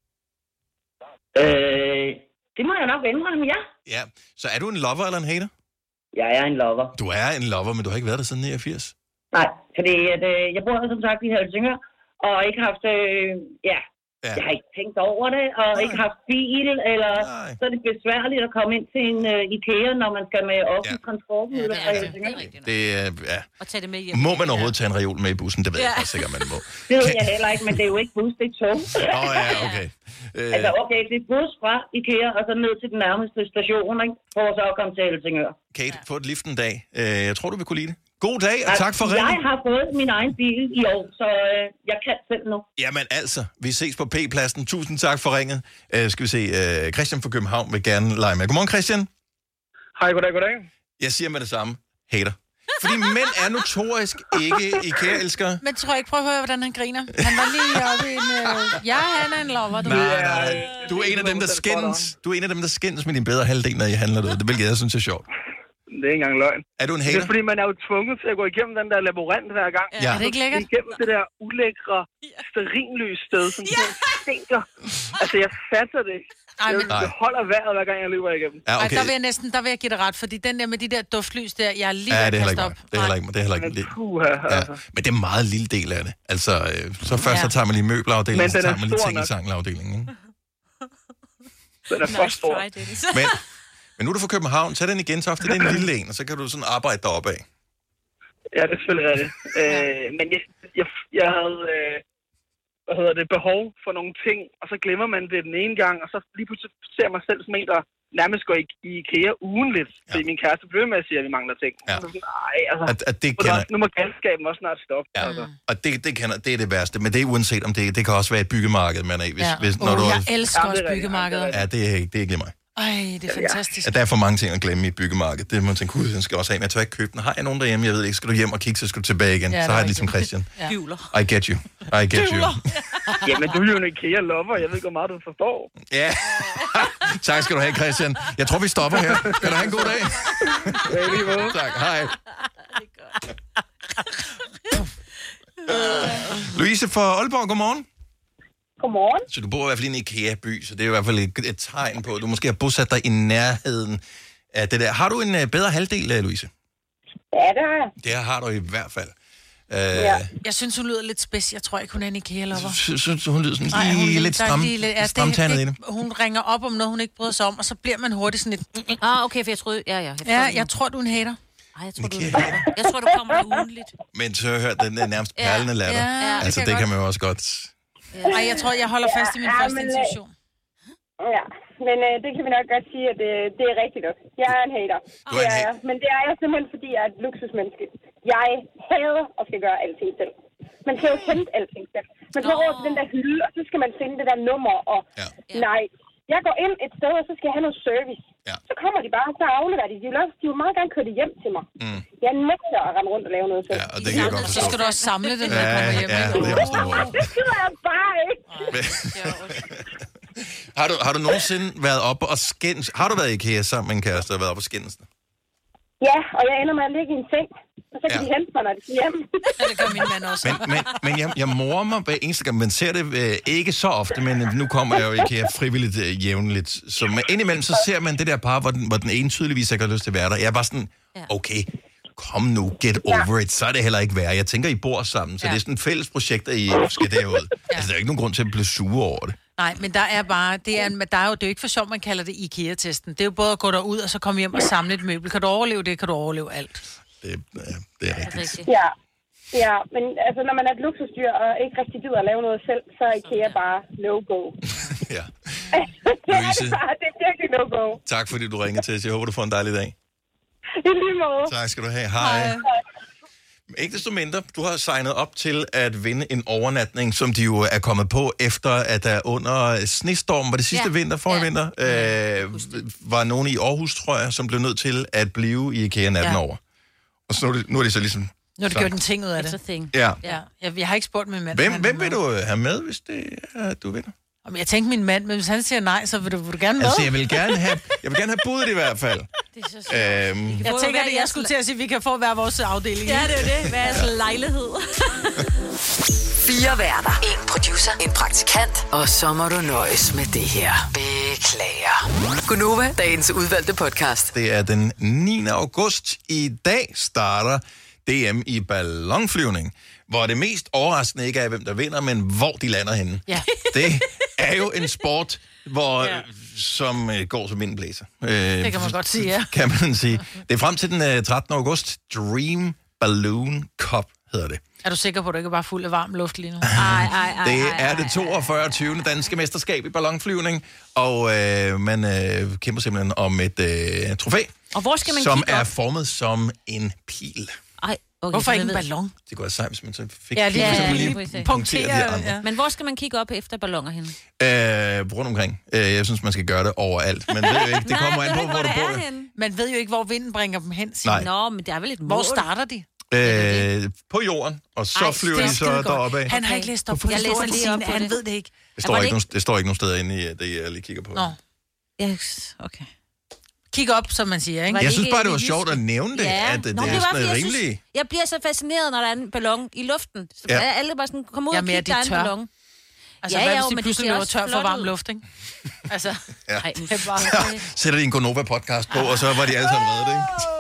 Øh, det må jeg nok vende mig, ja. Ja, så er du en lover eller en hater? Jeg er en lover. Du er en lover, men du har ikke været der siden niogfirs? Nej, fordi at, øh, jeg bor som sagt i Helsingør, og ikke haft, øh, ja, Ja. Jeg har ikke tænkt over det, og Nej. ikke haft bil, eller Nej. så er det besværligt at komme ind til en uh, IKEA, når man skal med offentlig ja. transport. Ja, det er det. Det er, ja. Og tage det med hjem. Må man overhovedet tage en reol med i bussen? Det ved ja. jeg faktisk sikkert, man må. Det ved jeg heller ikke, men det er jo ikke bus, det er tog. Åh oh, ja, okay. Uh... Altså okay, det er bus fra IKEA, og så ned til den nærmeste station, ikke? For så at komme til Helsingør. Kate, få et lift en dag. Uh, jeg tror, du vil kunne lide det. God dag, og tak for ringen. Jeg har fået min egen bil i år, så øh, jeg kan selv nu. Jamen altså, vi ses på P-pladsen. Tusind tak for ringet. Uh, skal vi se, uh, Christian fra København vil gerne lege med. Godmorgen, Christian. Hej, goddag, goddag. Jeg siger med det samme. Hater. Fordi mænd er notorisk ikke IKEA-elskere. Men tror jeg ikke, prøv at høre, hvordan han griner. Han var lige oppe i en... Øh... Ja, han er en lover. Du. Nej, nej. Du er en af dem, der skændes. Du er en af dem, der skændes med din bedre halvdel, når I handler det. Det hvilket jeg synes er sjovt. Det er ikke engang løgn. Er du en hater? Det er fordi, man er jo tvunget til at gå igennem den der labyrint hver gang. Ja. Er det ikke lækkert? Igennem det der ulækre, stearinløse sted, som ja. stinker. Altså, jeg fatter det ikke. Ej, men... Jeg holder vejret, hver gang jeg løber igennem. Ja, okay. Ej, der vil jeg næsten, der vil jeg give det ret, fordi den der med de der duftlys der, jeg er lige ja, ved at kaste op. Det er heller ikke mig. Det er heller ikke men, puha, altså. ja. Men det er en meget lille del af det. Altså, øh, så først ja. så tager man lige møbelafdelingen, så tager man lige ting i sangelafdelingen. Den er for stor. Men, men nu er du fra København, tag den igen, så ofte det er en lille en, og så kan du sådan arbejde deroppe af. Ja, det er selvfølgelig rigtigt. øh, men jeg, jeg, jeg havde... Øh, hvad hedder det, behov for nogle ting, og så glemmer man det den ene gang, og så lige pludselig ser man selv som en, der nærmest går i, i IKEA ugenligt, ja. Fordi min kæreste bliver med at sige, at vi mangler ting. Ja. Så sådan, ej, altså, at, at det kender... nu må galskaben også snart stoppe. Ja. Altså. Og det, det, kender, det er det værste, men det er uanset om det, det kan også være et byggemarked, man er i. Hvis, ja. hvis, når oh, du jeg er... elsker også byggemarkeder. Ja, det er ikke, det er ikke lige mig. Ej, det er fantastisk. Ja, der er for mange ting at glemme i byggemarkedet. Det må man tænke, gud, den skal også have, men jeg tør ikke købe den. Har jeg nogen derhjemme? Jeg ved ikke, skal du hjem og kigge, så skal du tilbage igen. Ja, så har jeg ligesom Christian. Ja. I get you. I get you. Jamen, du er jo en IKEA-lover. Jeg ved ikke, hvor meget du forstår. Ja. Tak skal du have, Christian. Jeg tror, vi stopper her. Kan du have en god dag? Ja, lige måde. Tak. Hej. Louise fra Aalborg, godmorgen. Godmorgen. Så du bor i hvert fald i en IKEA-by, så det er i hvert fald et, et tegn på, at du måske har bosat dig i nærheden af det der. Har du en uh, bedre halvdel, Louise? Ja, det har jeg. Det har du i hvert fald. Uh, ja. Jeg synes, hun lyder lidt spids. Jeg tror ikke, hun er en IKEA-lover. Synes sy- hun lyder sådan Nej, lige hun, lidt stram, ja, stramtandet i det. Hun ringer op om noget, hun ikke bryder sig om, og så bliver man hurtigt sådan lidt... Ah, okay, for jeg troede... Ja, ja. Jeg, ja, jeg tror, du er en hater. Ej, jeg tror, du, jeg tror, du kommer ugenligt. Men så har jeg hørt den der nærmest perlende latter. Ja, ja, altså, det, det kan man jo også godt... Ja. Ej, jeg tror, jeg holder fast i min ja, første institution. Ja, men øh, det kan vi nok godt sige, at det, det er rigtigt nok. Jeg er en hater. Du er en hater? Men det er jeg simpelthen, fordi jeg er et luksusmenneske. Jeg hader at skal gøre alting selv. Man skal jo hente alting selv. Man skal over til den der hylde, og så skal man finde det der nummer, og ja. nej. Jeg går ind et sted, og så skal jeg have noget service. Ja. Så kommer de bare, så afleverer de. De vil, også, de vil meget gerne køre det hjem til mig. Mm. Jeg nægter at rende rundt og lave noget selv. Ja, og det kan jeg godt forstå. Så skal du også samle det, når ja, du kommer hjem. Ja, det er også noget. Det gider jeg bare ikke. har, du, har du nogensinde været oppe og skændes? Har du været i IKEA sammen med en kæreste og været oppe og skændes? Ja, og jeg ender med at ligge i en seng. Og så kan ja. de hente mig, når de skal hjem. Ja, det gør min mand også. Men, men, men jeg, jeg morer mig hver eneste gang. Man ser det øh, ikke så ofte, men nu kommer jeg jo ikke her frivilligt øh, jævnligt. Så men indimellem så ser man det der par, hvor den, hvor den ene tydeligvis ikke har lyst til at være der. Jeg er bare sådan, okay, kom nu, get over it. Så er det heller ikke værre. Jeg tænker, I bor sammen, så ja. det er sådan et fælles projekt, at I skal derud. Ja. Altså, der er ikke nogen grund til at blive sure over det. Nej, men der er bare, det er, der er jo, det er jo ikke for sjovt, man kalder det IKEA-testen. Det er jo både at gå derud og så komme hjem og samle et møbel. Kan du overleve det, kan du overleve alt. Det, ja, det er rigtigt. Ja, ja, men altså, når man er et luksusdyr og ikke rigtig gider at lave noget selv, så er IKEA bare no-go. ja. det, er det, bare, det er virkelig no-go. Tak fordi du ringede til os. Jeg håber, du får en dejlig dag. I lige måde. Tak skal du have. Hej. Hej. Ikke desto mindre, du har signet op til at vinde en overnatning, som de jo er kommet på efter, at der under snestorm, var det sidste ja. vinter, forrige ja. vinter, øh, var nogen i Aarhus, tror jeg, som blev nødt til at blive i IKEA natten ja. over. Og så nu er, det, nu er det så ligesom... Nu har det gjort en ting ud af det. Ja. ja. Jeg, jeg har ikke spurgt min mand. Hvem, hvem vil du have med, hvis det er, du vinder? Om jeg tænkte min mand, men hvis han siger nej, så vil du, vil du gerne med? Altså, jeg vil gerne have, jeg vil gerne have budet i hvert fald. Det er så øhm. Jeg tænker, at jeg skulle til at sige, at vi kan få hver vores afdeling. Ja, det er det. Hver jeres lejlighed. Fire værter. En producer. En praktikant. Og så må du nøjes med det her. Beklager. Gunova, dagens udvalgte podcast. Det er den niende august. I dag starter D M i ballonflyvning, hvor det mest overraskende ikke er, hvem der vinder, men hvor de lander henne. Ja. Det er jo en sport, hvor, ja. som uh, går som vinden blæser. Uh, det kan man godt sige, ja. Kan man sige. Det er frem til den uh, trettende august. Dream Balloon Cup hedder det. Er du sikker på, at du ikke er bare fuld af varm luft lige nu? Ej, ej, ej, det er det toogfyrre tyvende danske mesterskab i ballonflyvning, og øh, man øh, kæmper simpelthen om et øh, trofæ, og hvor skal man som er op? formet som en pil. Ej, okay, hvorfor ikke en ballon? Det kunne være sejt, hvis man så fik ja, lige, ja, lige, lige punktere de andre. Ja. Men hvor skal man kigge op efter balloner henne? Øh, rundt omkring. Øh, jeg synes, man skal gøre det overalt. Men det, er jo ikke, det kommer an på, hvor du bor. Man ved jo ikke, hvor vinden bringer dem hen. Nej. Nå, men det er vel et mål. Hvor starter de? Øh, på jorden, og så Ej, flyver de så deroppe af. Han har ikke læst op på jeg læser lige op på han det. ved det ikke. Det står, ikke, nogen, det står ikke nogen steder inde i det, jeg lige kigger på. Nå. Yes, okay. Kig op, som man siger, ikke? Jeg synes bare, det var sjovt at nævne det, ja. at det, Nå, det er sådan jeg rimeligt. Synes, jeg bliver så fascineret, når der er en ballon i luften. Så ja. alle bare sådan, kom ud og kig, der er en ballon. Altså, ja, hvad hvis de pludselig løber tør for varm luft, ikke? Altså, ja. Ej, det er bare... ja. Sætter de en Gonova-podcast på, og så var de alle sammen reddet, ikke?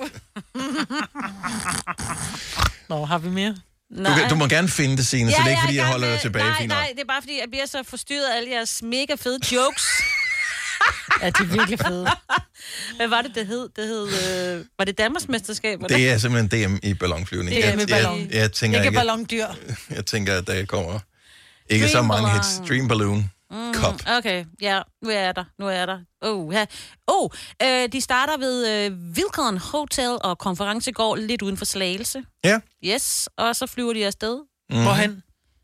Nå, har vi mere? Du, kan, du må gerne finde det, Signe, ja, så det er ikke, fordi jeg, jeg holder dig tilbage. Nej, nej, det er bare, fordi jeg bliver så forstyrret af alle jeres mega fede jokes. Ja, de er virkelig fede. Hvad var det, det hed? Det hed øh, var det Danmarksmesterskab? Eller? Det er simpelthen D M i ballonflyvning. D M i ballon. Jeg, jeg tænker ikke ikke, ballondyr. Jeg tænker, at der kommer ikke Dream så mange ballon. hits. Dream Balloon Mm, Cup. okay, ja, nu er jeg der, nu er jeg der. Oh, ja. oh øh, de starter ved øh, Vilcon Hotel og konferencegård lidt uden for Slagelse. Ja. Yes, og så flyver de afsted. Mm-hmm. Hvorhen?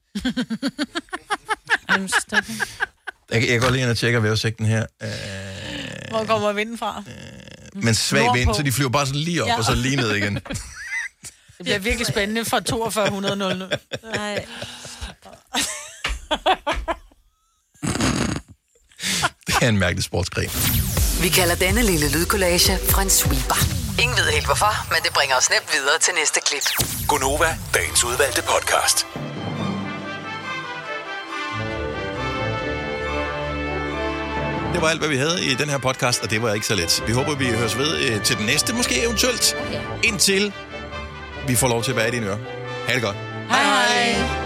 jeg, jeg går lige ind og tjekker vejrudsigten her. Uh, Hvor kommer vinden fra? Uh, men svag vind, så de flyver bare så lige op, ja. og så lige ned igen. Det bliver virkelig spændende fra toogfyrre hundrede nul. Nej. Det er en mærkelig sportsgren. Vi kalder denne lille lydkollage en sweeper. Ingen ved helt hvorfor, men det bringer os nemt videre til næste klip. Gonova, dagens udvalgte podcast. Det var alt, hvad vi havde i den her podcast, og det var ikke så let. Vi håber, vi høres ved til den næste, måske eventuelt. Okay. Indtil vi får lov til at være i dine ører. Ha' det godt. Hej hej.